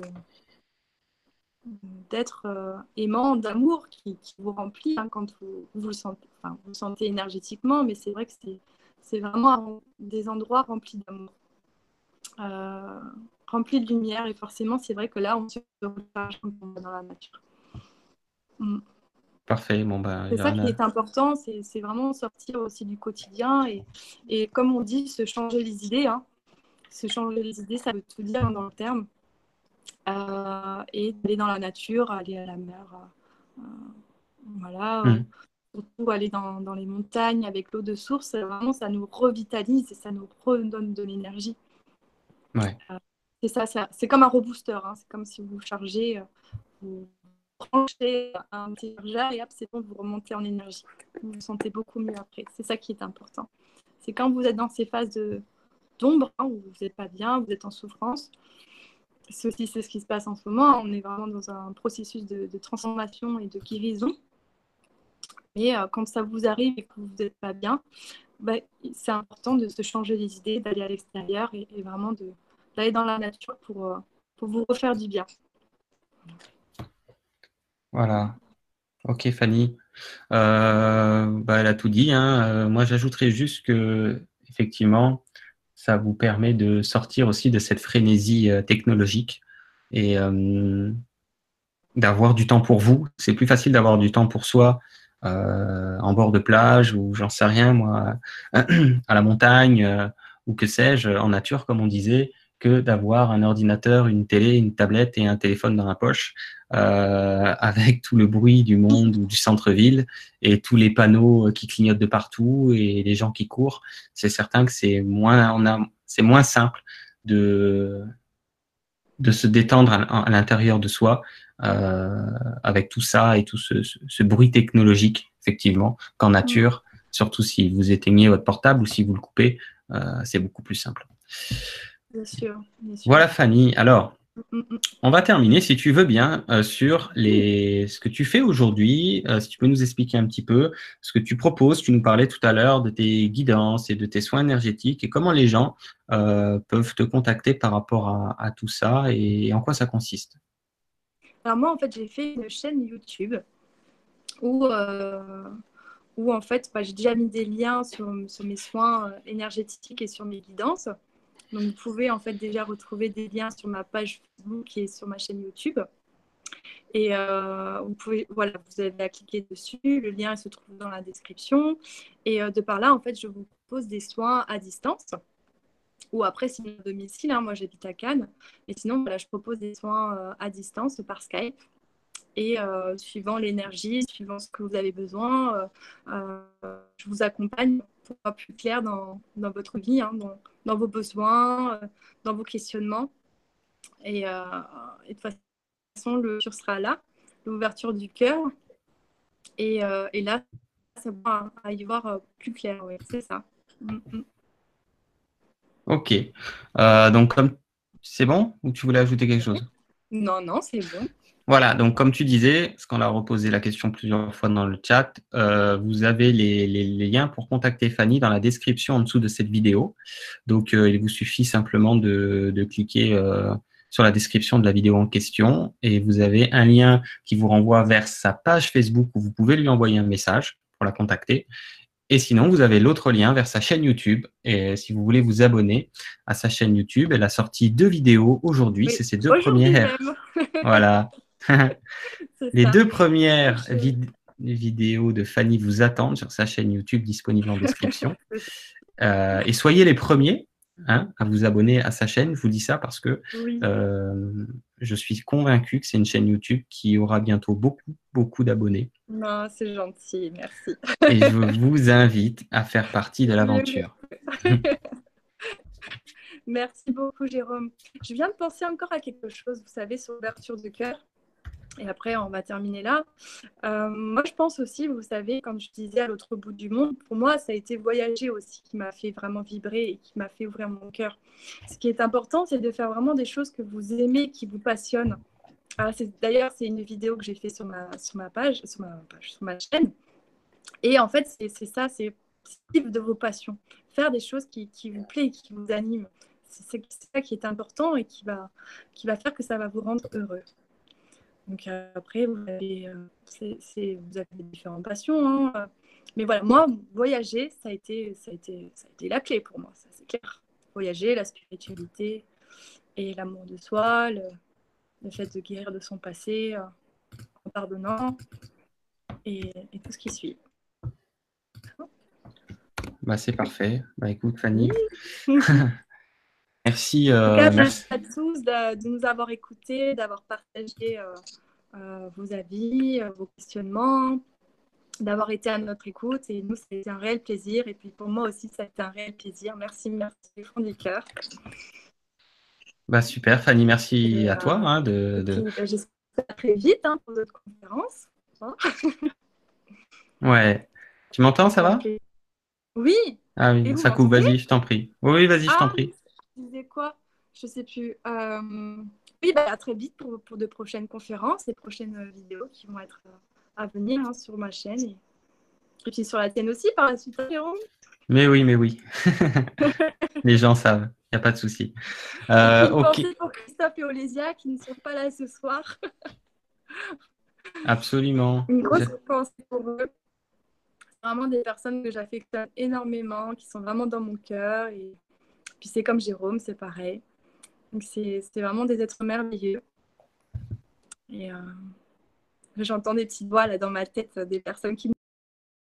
d'êtres euh, aimants, d'amour qui, qui vous remplit hein, quand vous, vous, le sentez, enfin, vous le sentez énergétiquement, mais c'est vrai que c'est vraiment des endroits remplis d'amour, euh, remplis de lumière, et forcément, c'est vrai que là, on se recharge dans la nature. Mm. Parfait. Bon, bah, c'est ça qui a... est important, c'est vraiment sortir aussi du quotidien et, et comme on dit, se changer les idées. Hein. Se changer les idées, ça veut tout dire dans le terme. Euh, et aller dans la nature, aller à la mer, euh, voilà, mmh. surtout aller dans, dans les montagnes avec l'eau de source, vraiment ça nous revitalise et ça nous redonne de l'énergie. Ouais. Euh, c'est ça, ça c'est comme un rebooster, hein, c'est comme si vous chargez, vous branchez un petit chargeur et hop, c'est bon, vous remontez en énergie. Vous vous sentez beaucoup mieux après. C'est ça qui est important. C'est quand vous êtes dans ces phases d'ombre, hein, où vous n'êtes pas bien, vous êtes en souffrance. C'est aussi ce qui se passe en ce moment. On est vraiment dans un processus de, de transformation et de guérison. Et euh, quand ça vous arrive et que vous n'êtes pas bien, bah, c'est important de se changer les idées, d'aller à l'extérieur et, et vraiment d'aller dans la nature pour, euh, pour vous refaire du bien. Voilà. Ok, Fanny. Euh, bah, elle a tout dit. Hein. Euh, moi, j'ajouterais juste que, effectivement, ça vous permet de sortir aussi de cette frénésie euh, technologique et euh, d'avoir du temps pour vous. C'est plus facile d'avoir du temps pour soi euh, en bord de plage ou j'en sais rien, moi, à la montagne euh, ou que sais-je, en nature, comme on disait, que d'avoir un ordinateur, une télé, une tablette et un téléphone dans la poche euh, avec tout le bruit du monde ou du centre-ville et tous les panneaux qui clignotent de partout et les gens qui courent. C'est certain que c'est moins, on a, c'est moins simple de de se détendre à, à l'intérieur de soi euh, avec tout ça et tout ce, ce, ce bruit technologique, effectivement, qu'en nature, mmh. surtout si vous éteignez votre portable ou si vous le coupez, euh, c'est beaucoup plus simple. Bien sûr, bien sûr. Voilà, Fanny. Alors, on va terminer, si tu veux bien, euh, sur les... ce que tu fais aujourd'hui. Euh, si tu peux nous expliquer un petit peu ce que tu proposes. Tu nous parlais tout à l'heure de tes guidances et de tes soins énergétiques et comment les gens euh, peuvent te contacter par rapport à, à tout ça et en quoi ça consiste. Alors moi, en fait, j'ai fait une chaîne YouTube où, euh, où en fait, bah, j'ai déjà mis des liens sur, sur mes soins énergétiques et sur mes guidances. Donc, vous pouvez en fait déjà retrouver des liens sur ma page Facebook et sur ma chaîne YouTube. Et euh, vous pouvez, voilà, vous avez à cliquer dessus. Le lien il se trouve dans la description. Et euh, de par là, en fait, je vous propose des soins à distance. Ou après, sinon à domicile. Hein, moi, j'habite à Cannes. Et sinon, voilà, je propose des soins euh, à distance par Skype. Et euh, suivant l'énergie, suivant ce que vous avez besoin, euh, euh, je vous accompagne pour être plus clair dans, dans votre vie, hein, dans, dans vos besoins, euh, dans vos questionnements. Et, euh, et de toute façon, le futur sera là, l'ouverture du cœur. Et, euh, et là, ça va à y voir plus clair, oui, c'est ça. Mm-hmm. Ok. Euh, donc, comme c'est bon ou tu voulais ajouter quelque chose? Non, non, c'est bon. Voilà, donc comme tu disais, parce qu'on a reposé la question plusieurs fois dans le chat, euh, vous avez les, les, les liens pour contacter Fanny dans la description en dessous de cette vidéo. Donc, euh, il vous suffit simplement de, de cliquer euh, sur la description de la vidéo en question et vous avez un lien qui vous renvoie vers sa page Facebook où vous pouvez lui envoyer un message pour la contacter. Et sinon, vous avez l'autre lien vers sa chaîne YouTube. Et si vous voulez vous abonner à sa chaîne YouTube, elle a sorti deux vidéos aujourd'hui. C'est ses deux premières. Voilà. Les ça. deux premières vid vidéos de Fanny vous attendent sur sa chaîne YouTube disponible en description. euh, et soyez les premiers hein, à vous abonner à sa chaîne. Je vous dis ça parce que oui. euh, je suis convaincu que c'est une chaîne YouTube qui aura bientôt beaucoup, beaucoup d'abonnés. Non, c'est gentil, merci. Et je vous invite à faire partie de l'aventure. Merci beaucoup, Jérôme. Je viens de penser encore à quelque chose, vous savez, sur l'ouverture du cœur. Et après, on va terminer là. Euh, moi, je pense aussi, vous savez, comme je disais, à l'autre bout du monde, pour moi, ça a été voyager aussi qui m'a fait vraiment vibrer et qui m'a fait ouvrir mon cœur. Ce qui est important, c'est de faire vraiment des choses que vous aimez, qui vous passionnent. D'ailleurs, c'est une vidéo que j'ai fait sur ma, sur ma page, sur ma, page, sur ma chaîne. Et en fait, c'est ça, c'est vivre de vos passions. Faire des choses qui, qui vous plaisent, qui vous animent. C'est ça qui est important et qui va, qui va faire que ça va vous rendre heureux. Donc euh, après, vous avez, euh, c'est, c'est, vous avez différentes passions. Hein. Mais voilà, moi, voyager, ça a été, ça a été, ça a été la clé pour moi, ça c'est clair. Voyager, la spiritualité et l'amour de soi, le, le fait de guérir de son passé euh, en pardonnant et, et tout ce qui suit. Bah, c'est parfait. Bah, écoute, Fanny. Oui. Merci. Euh, en tout cas, merci à tous de, de nous avoir écoutés, d'avoir partagé euh, euh, vos avis, euh, vos questionnements, d'avoir été à notre écoute. Et nous, c'était un réel plaisir. Et puis pour moi aussi, ça a été un réel plaisir. Merci, merci du fond du cœur. Bah, super, Fanny. Merci et, à euh, toi. Hein, de, et de... puis, bah, j'espère très vite hein, pour d'autres conférences. Hein. Ouais. Tu m'entends, ça va? Oui. Ah oui, ça coupe. Vas-y, je t'en prie. Oui, vas-y, je t'en ah, prie. Tu disais quoi? Je sais plus. Euh... Oui, bah, à très vite pour, pour de prochaines conférences et prochaines vidéos qui vont être à venir hein, sur ma chaîne et... et puis sur la tienne aussi par la suite. Mais oui, mais oui. Les gens savent, il n'y a pas de souci. Euh, une okay. pensée pour Christophe et Olésia qui ne sont pas là ce soir. Absolument. Une grosse pensée pour eux. C'est vraiment des personnes que j'affectionne énormément, qui sont vraiment dans mon cœur. Et puis c'est comme Jérôme, c'est pareil. Donc c'est vraiment des êtres merveilleux. Et euh, j'entends des petites voix là dans ma tête, des personnes qui